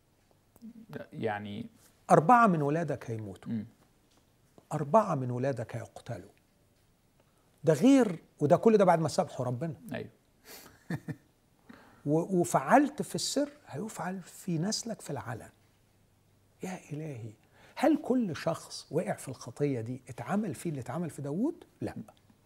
يعني أربعة من ولادك هيموتوا، م. أربعة من ولادك هيقتلوا، ده غير وده كل ده بعد ما سامحوا ربنا. أيوه. وفعلت في السر هيفعل في نسلك في العلن. يا إلهي، هل كل شخص وقع في الخطية دي اتعمل فيه اللي اتعمل في داود؟ لا.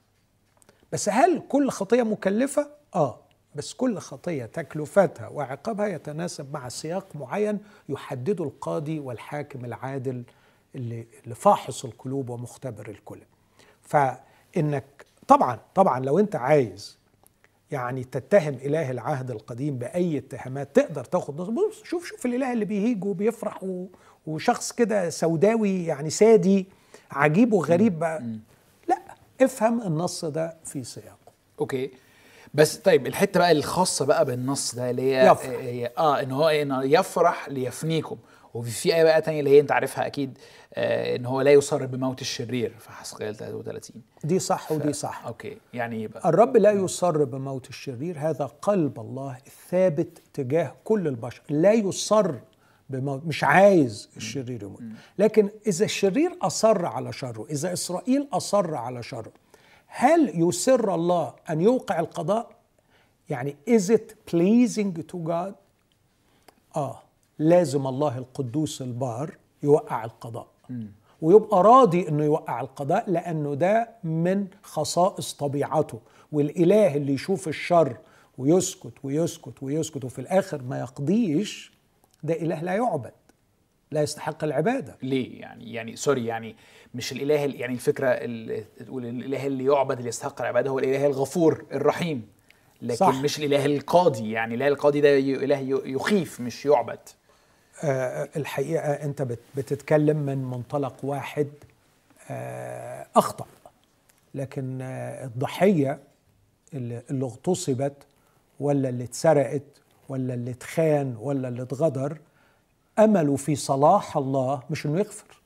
بس هل كل خطية مكلفة؟ آه بس كل خطية تكلفتها وعقابها يتناسب مع سياق معين يحدده القاضي والحاكم العادل اللي, اللي فاحص القلوب ومختبر الكل. فإنك طبعا طبعا لو أنت عايز يعني تتهم إله العهد القديم بأي اتهامات تقدر تاخد بص شوف شوف الإله اللي بيهيج وبيفرح وشخص كده سوداوي يعني سادي عجيب وغريب بقى. لا، افهم النص ده في سياقه. اوكي. بس طيب الحته بقى الخاصه بقى بالنص ده اللي هي يفرح. هي اه ان هو إن يفرح ليفنيكم، وفي في ايه بقى تانية اللي هي انت عارفها اكيد، آه ان هو لا يصر بموت الشرير في حسقيال ثلاثة وثلاثين. دي صح ف... ودي صح. اوكي. يعني ايه بقى؟ الرب لا يصر بموت الشرير، هذا قلب الله الثابت تجاه كل البشر، لا يصر بموت، مش عايز الشرير يموت. لكن اذا الشرير اصر على شره، اذا اسرائيل اصر على شره، هل يسر الله ان يوقع القضاء؟ يعني is it pleasing to God؟ آه لازم الله القدوس البار يوقع القضاء، م. ويبقى راضي انه يوقع القضاء لانه ده من خصائص طبيعته. والاله اللي يشوف الشر ويسكت ويسكت ويسكت وفي الاخر ما يقضيش، ده اله لا يعبد، لا يستحق العباده. ليه يعني يعني سوري يعني مش الاله يعني الفكره اللي تقول الاله اللي يعبد اللي يستحق العباده هو الاله الغفور الرحيم، لكن صح. مش الاله القاضي. يعني الاله القاضي ده اله يخيف مش يعبد. آه الحقيقه انت بتتكلم من منطلق واحد آه اخطا، لكن آه الضحيه اللي, اللي اغتصبت ولا اللي اتسرقت ولا اللي اتخان ولا اللي اتغدر امله في صلاح الله مش انه يغفر.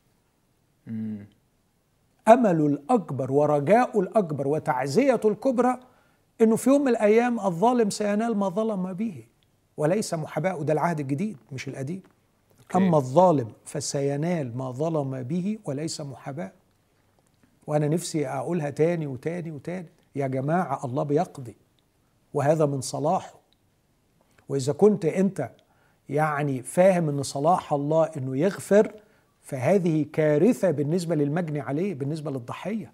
مم. امله الاكبر ورجاؤه الاكبر وتعزيته الكبرى انه في يوم من الايام الظالم سينال ما ظلم به وليس محاباه. وده العهد الجديد مش القديم. أوكي. اما الظالم فسينال ما ظلم به وليس محاباه. وانا نفسي اقولها تاني وتاني وتاني، يا جماعه الله بيقضي وهذا من صلاحه. واذا كنت انت يعني فاهم ان صلاح الله انه يغفر، فهذه كارثه بالنسبه للمجني عليه، بالنسبه للضحيه.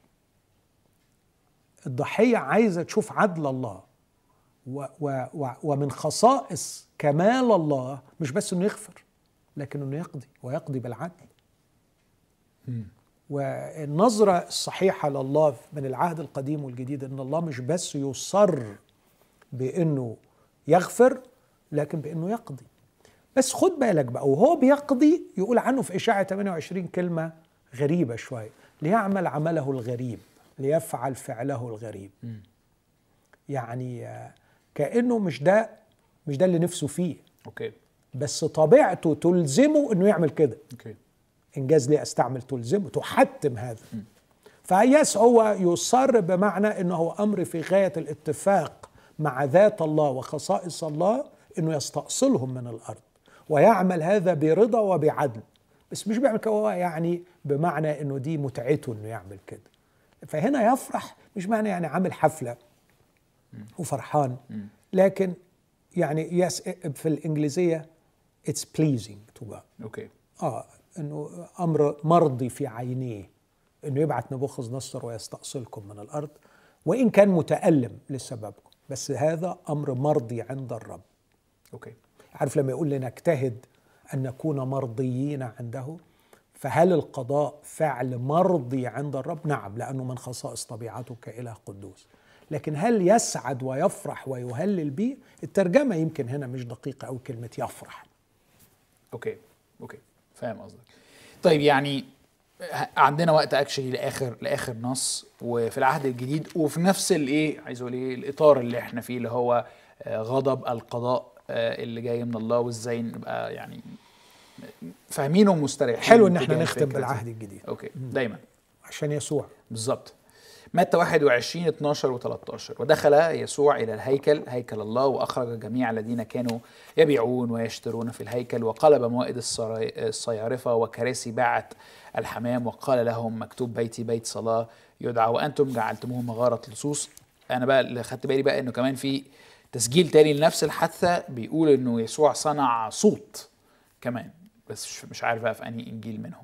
الضحيه عايزه تشوف عدل الله، و و و ومن خصائص كمال الله مش بس انه يغفر لكن انه يقضي ويقضي بالعدل. م. والنظره الصحيحه لله من العهد القديم والجديد ان الله مش بس يصر بانه يغفر لكن بانه يقضي. بس خد بالك بقى وهو بيقضي يقول عنه في إشاعة ثمانية وعشرين كلمة غريبة شوية، ليعمل عمله الغريب ليفعل فعله الغريب. م. يعني كأنه مش ده مش ده اللي نفسه فيه. اوكي. بس طبيعته تلزمه انه يعمل كده. اوكي. انجاز ليه استعمل تلزمه، تحتم هذا. م. فيس هو يصر بمعنى انه هو امر في غاية الاتفاق مع ذات الله وخصائص الله انه يستأصلهم من الارض، ويعمل هذا برضا وبعدل. بس مش بيعمل كده هو يعني بمعنى انه دي متعته انه يعمل كده. فهنا يفرح مش معنى يعني عامل حفلة وفرحان، لكن يعني يس في الإنجليزية it's pleasing to God. اوكي. اه انه امر مرضي في عينيه انه يبعت نبوخذ نصر ويستأصلكم من الارض، وان كان متألم لسببكم، بس هذا امر مرضي عند الرب. اوكي. عارف لما يقول لنجتهد ان نكون مرضيين عنده، فهل القضاء فعل مرضي عند الرب؟ نعم، لانه من خصائص طبيعته كإله قدوس. لكن هل يسعد ويفرح ويهلل به؟ الترجمة يمكن هنا مش دقيقة أو كلمة يفرح. اوكي اوكي فاهم قصدك. طيب يعني عندنا وقت اكشلي لاخر لاخر نص وفي العهد الجديد، وفي نفس الايه عايز اقول ايه الاطار اللي احنا فيه، اللي هو غضب القضاء اللي جاي من الله، وازاي نبقى يعني فاهمينه ومستريحين. حلو ان احنا نختم بالعهد الجديد. اوكي دايما عشان يسوع. بالظبط. متى واحد وعشرين اتناشر وتلتاشر. ودخل يسوع إلى الهيكل هيكل الله، وأخرج جميع الذين كانوا يبيعون ويشترون في الهيكل، وقلب موائد الصيارفة وكراسي باعة الحمام، وقال لهم مكتوب بيتي بيت صلاة يدعى وأنتم جعلتموه مغارة لصوص. أنا بقى اللي خدت بالي بقى إنه كمان في تسجيل تاني لنفس الحادثة بيقول إنه يسوع صنع صوت كمان، بس مش عارف بقى في أنهي إنجيل منهم.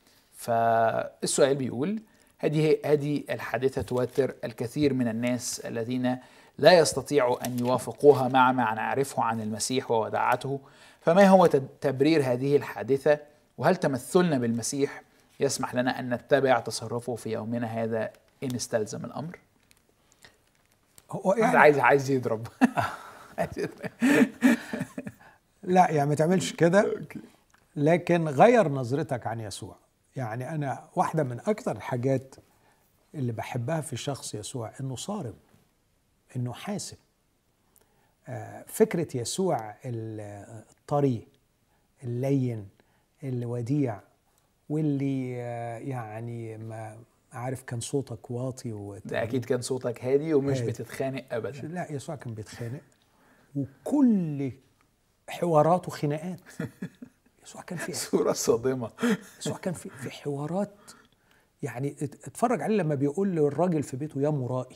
فالسؤال بيقول هذه هذه الحادثة توتر الكثير من الناس الذين لا يستطيعوا أن يوافقوها مع ما نعرفه عن المسيح ووداعته. فما هو تبرير هذه الحادثة؟ وهل تمثلنا بالمسيح يسمح لنا أن نتبع تصرفه في يومنا هذا إن استلزم الأمر؟ هو يعني عايز عايز يضرب. لا يعني ما تعملش كده، لكن غير نظرتك عن يسوع. يعني أنا واحدة من أكثر الحاجات اللي بحبها في شخص يسوع إنه صارم، إنه حاسم. فكرة يسوع الطري اللين الوديع، واللي يعني ما عارف كان صوتك واطي. ده أكيد كان صوتك هادي ومش هادي. بتتخانق أبدا. لا، يسوع كان بيتخانق، وكل حواراته خناقات. يسوع كان في صورة صادمة. يسوع كان في في حوارات، يعني اتفرج عليه لما بيقول للراجل في بيته يا مرائي.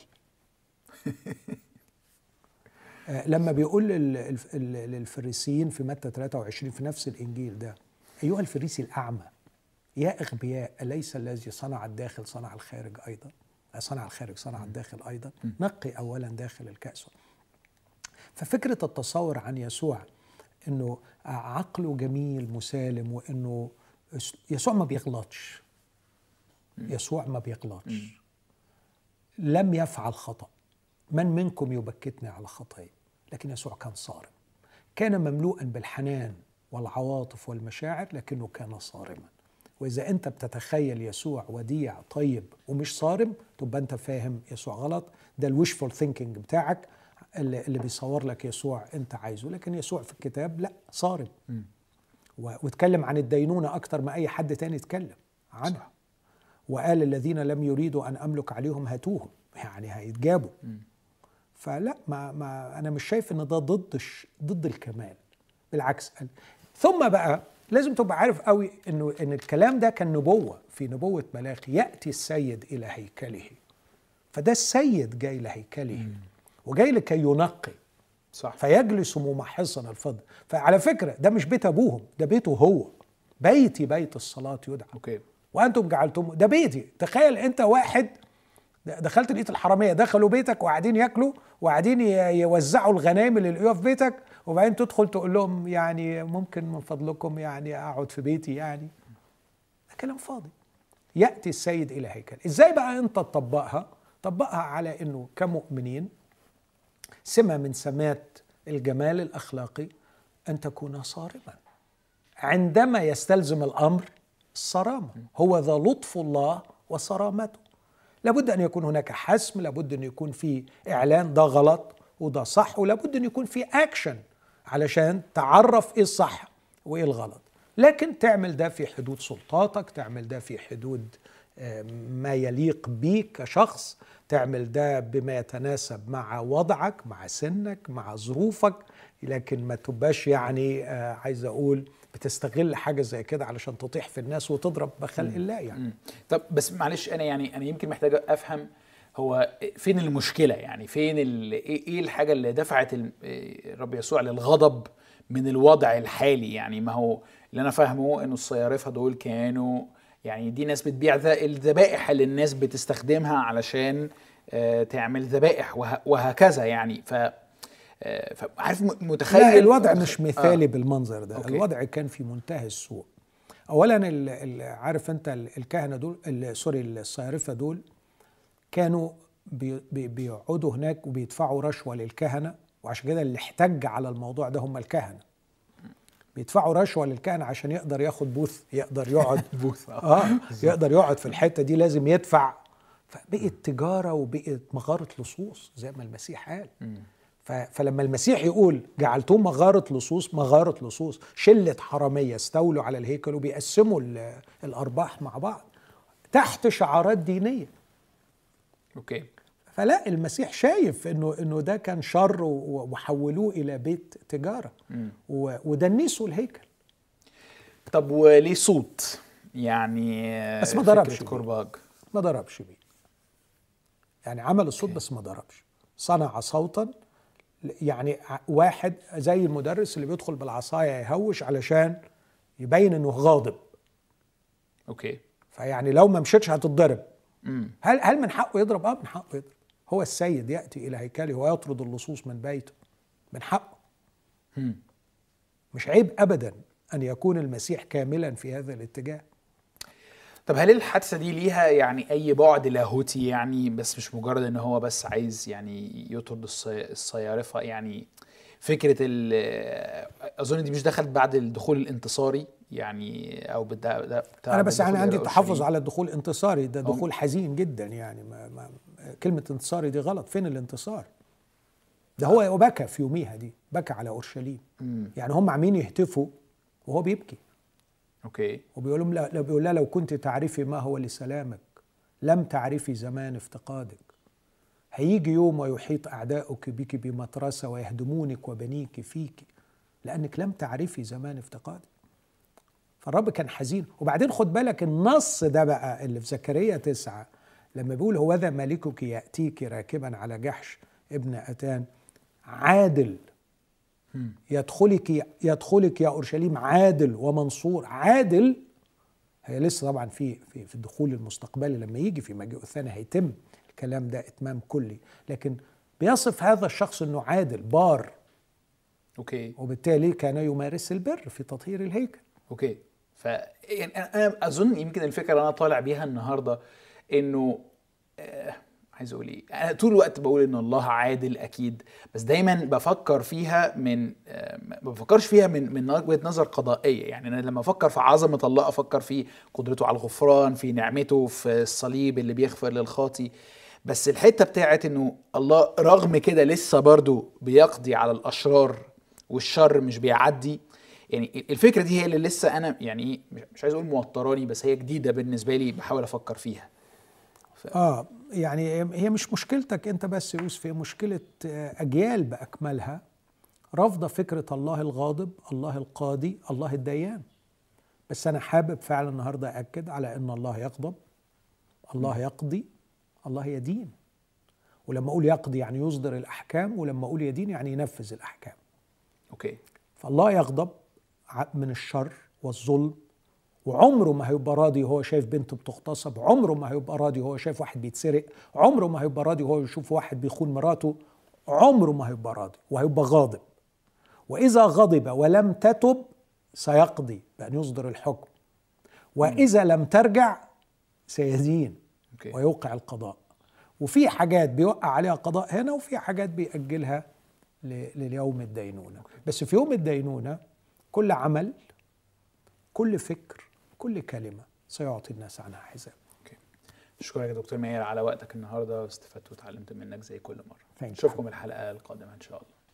لما بيقول للفريسيين في متى ثلاثة وعشرين في نفس الإنجيل ده، أيها الفريسي الأعمى يا أغبياء، أليس الذي صنع الداخل صنع الخارج أيضا؟ صنع الخارج صنع الداخل أيضا. نقي أولا داخل الكأس. ففكرة التصور عن يسوع إنه عقله جميل مسالم، وإنه يسوع ما بيغلطش. يسوع ما بيغلطش، لم يفعل خطأ. من منكم يبكتني على خطأي؟ لكن يسوع كان صارم، كان مملوءا بالحنان والعواطف والمشاعر، لكنه كان صارما. وإذا أنت بتتخيل يسوع وديع طيب ومش صارم، تبقى أنت فاهم يسوع غلط. ده الويشفول ثينكينج بتاعك اللي, اللي بيصور لك يسوع أنت عايزه. لكن يسوع في الكتاب لا، صارم، واتكلم عن الدينونة أكتر ما أي حد تاني يتكلم عنها. وقال الذين لم يريدوا أن أملك عليهم هاتوهم، يعني هيتجابوا. فلا ما, ما أنا مش شايف أن ده ضد ضد الكمال، بالعكس. ثم بقى لازم تبقى عارف قوي إنه إن الكلام ده كان نبوة، في نبوة ملاخي يأتي السيد إلى هيكله. فده السيد جاي لهيكله وجاي لكي ينقي، صح. فيجلس ممحصا الفضل. فعلى فكرة ده مش بيت أبوهم، ده بيته هو. بيتي بيت الصلاة يدعى أوكي. وأنتم جعلتم ده بيتي. تخيل أنت واحد دخلت لقيت الحرامية دخلوا بيتك وقاعدين ياكلوا وقاعدين يوزعوا الغنائم اللي لقوها في بيتك، وبعدين تدخل تقول لهم يعني ممكن من فضلكم يعني أقعد في بيتي. يعني ده كلام فاضي. يأتي السيد إلى هيكل. إزاي بقى أنت تطبقها؟ طبقها على أنه كمؤمنين سمة من سمات الجمال الأخلاقي أن تكون صارما عندما يستلزم الأمر الصرامة. هو ذا لطف الله وصرامته. لابد أن يكون هناك حسم، لابد أن يكون في إعلان ده غلط وده صح، ولابد أن يكون في أكشن علشان تعرف إيه الصح وإيه الغلط. لكن تعمل ده في حدود سلطاتك، تعمل ده في حدود ما يليق بيك كشخص، تعمل ده بما يتناسب مع وضعك، مع سنك، مع ظروفك، لكن ما تبقاش يعني عايز أقول بتستغل حاجة زي كده علشان تطيح في الناس وتضرب بخلق الله يعني. مم. طب بس معلش أنا يعني أنا يمكن محتاج أفهم هو فين المشكلة، يعني فين إيه الحاجة اللي دفعت الرب يسوع للغضب من الوضع الحالي؟ يعني ما هو اللي أنا فاهمه إنه الصيارفة دول كانوا يعني دي ناس بتبيع الذبائح اللي الناس بتستخدمها علشان تعمل ذبائح وهكذا يعني. ف عارف متخيل لا الوضع مش مثالي آه. بالمنظر ده. أوكي. الوضع كان في منتهى السوء. اولا ال ال عارف انت الكهنه دول سوري الصيارفه دول كانوا بي بي بيقعدوا هناك وبيدفعوا رشوه للكهنه، وعشان كده اللي احتج على الموضوع ده هم الكهنه. بيدفعوا رشوه للكهنه عشان يقدر ياخد بوث، يقدر يقعد بوث اه يقدر يقعد في الحته دي لازم يدفع. فبقت تجاره وبقت مغاره لصوص زي ما المسيح قال. فلما المسيح يقول جعلتهم مغارة لصوص، مغارة لصوص شلة حرامية استولوا على الهيكل وبيقسموا الأرباح مع بعض تحت شعارات دينية. أوكي. فلا المسيح شايف إنه إنه ده كان شر وحولوه إلى بيت تجارة ودنسوا الهيكل. طب وليه صوت يعني؟ بس ما ضربش كرباج، ما ضربش بيه يعني، عمل الصوت بس ما ضربش، صنع صوتا. يعني واحد زي المدرس اللي بيدخل بالعصاية يهوش علشان يبين انه غاضب. اوكي. فيعني لو ما مشيتش هتتضرب. امم هل هل من حقه يضرب؟ اه من حقه يضرب. هو السيد يأتي الى هيكله ويطرد اللصوص من بيته، من حقه. امم مش عيب ابدا ان يكون المسيح كاملا في هذا الاتجاه. طب هل الحادثة دي ليها يعني أي بعد لاهوتي يعني، بس مش مجرد إن هو بس عايز يعني يطرد الصيارفة؟ يعني فكرة أظن دي مش دخلت بعد الدخول الانتصاري يعني، أو بتاع أنا بس يعني عندي تحفظ على الدخول الانتصاري ده، دخول حزين جدا يعني. ما ما كلمة انتصاري دي غلط. فين الانتصار؟ ده هو وبكى في يوميها دي، بكى على أورشليم. مم. يعني هم عاملين يهتفوا وهو بيبكي. اوكي. وبيقول لهم لا بيقول لها لو كنت تعرفي ما هو لسلامك لم تعرفي زمان افتقادك. هيجي يوم ويحيط أعداؤك بك بمطرسة ويهدمونك وبنيك فيك لأنك لم تعرفي زمان افتقادك. فالرب كان حزين. وبعدين خد بالك النص ده بقى اللي في زكريا تسعة لما بيقول هوذا ملكك يأتيك راكبا على جحش ابن أتان عادل يدخلك يدخلك يا أورشليم عادل ومنصور. عادل هي لسه طبعا في في في الدخول المستقبلي لما يجي في مجيء الثاني هيتم الكلام ده اتمام كلي، لكن بيصف هذا الشخص انه عادل بار. اوكي. وبالتالي كان يمارس البر في تطهير الهيكل. اوكي. ف يعني انا اظن يمكن الفكره اللي انا طالع بيها النهارده انه آه عايز اقول ايه، انا طول الوقت بقول ان الله عادل اكيد، بس دايما بفكر فيها من آه ما بفكرش فيها من من وجهه نظر قضائيه. يعني انا لما افكر في عظمه الله افكر في قدرته على الغفران، في نعمته، في الصليب اللي بيغفر للخاطي. بس الحته بتاعت انه الله رغم كده لسه برضو بيقضي على الاشرار والشر مش بيعدي، يعني الفكره دي هي اللي لسه انا يعني مش عايز اقول موتراني، بس هي جديده بالنسبه لي بحاول افكر فيها. ف... اه يعني هي مش مشكلتك انت بس يا يوسف، هي مشكله اجيال باكملها رافضه فكره الله الغاضب، الله القاضي، الله الديان. بس انا حابب فعلا النهارده اكد على ان الله يغضب، الله يقضي، الله يدين. ولما اقول يقضي يعني يصدر الاحكام، ولما اقول يدين يعني ينفذ الاحكام. اوكي. فالله يغضب من الشر والظلم، وعمره ما هيبقى راضي وهو شايف بنته بتغتصب، عمره ما هيبقى راضي وهو شايف واحد بيتسرق، عمره ما هيبقى راضي وهو يشوف واحد بيخون مراته، عمره ما هيبقى راضي وهيبقى غاضب. وإذا غضب ولم تتب سيقضي بأن يصدر الحكم، وإذا لم ترجع سيدين ويوقع القضاء. وفي حاجات بيوقع عليها قضاء هنا، وفي حاجات بيأجلها لليوم الدينونة. بس في يوم الدينونة كل عمل، كل فكر، كل كلمة سيعطي الناس عنها حساب. اشكرك يا دكتور ماهر على وقتك النهارده، واستفدت وتعلمت منك زي كل مره. Thank you. نشوفكم الحلقه القادمه ان شاء الله.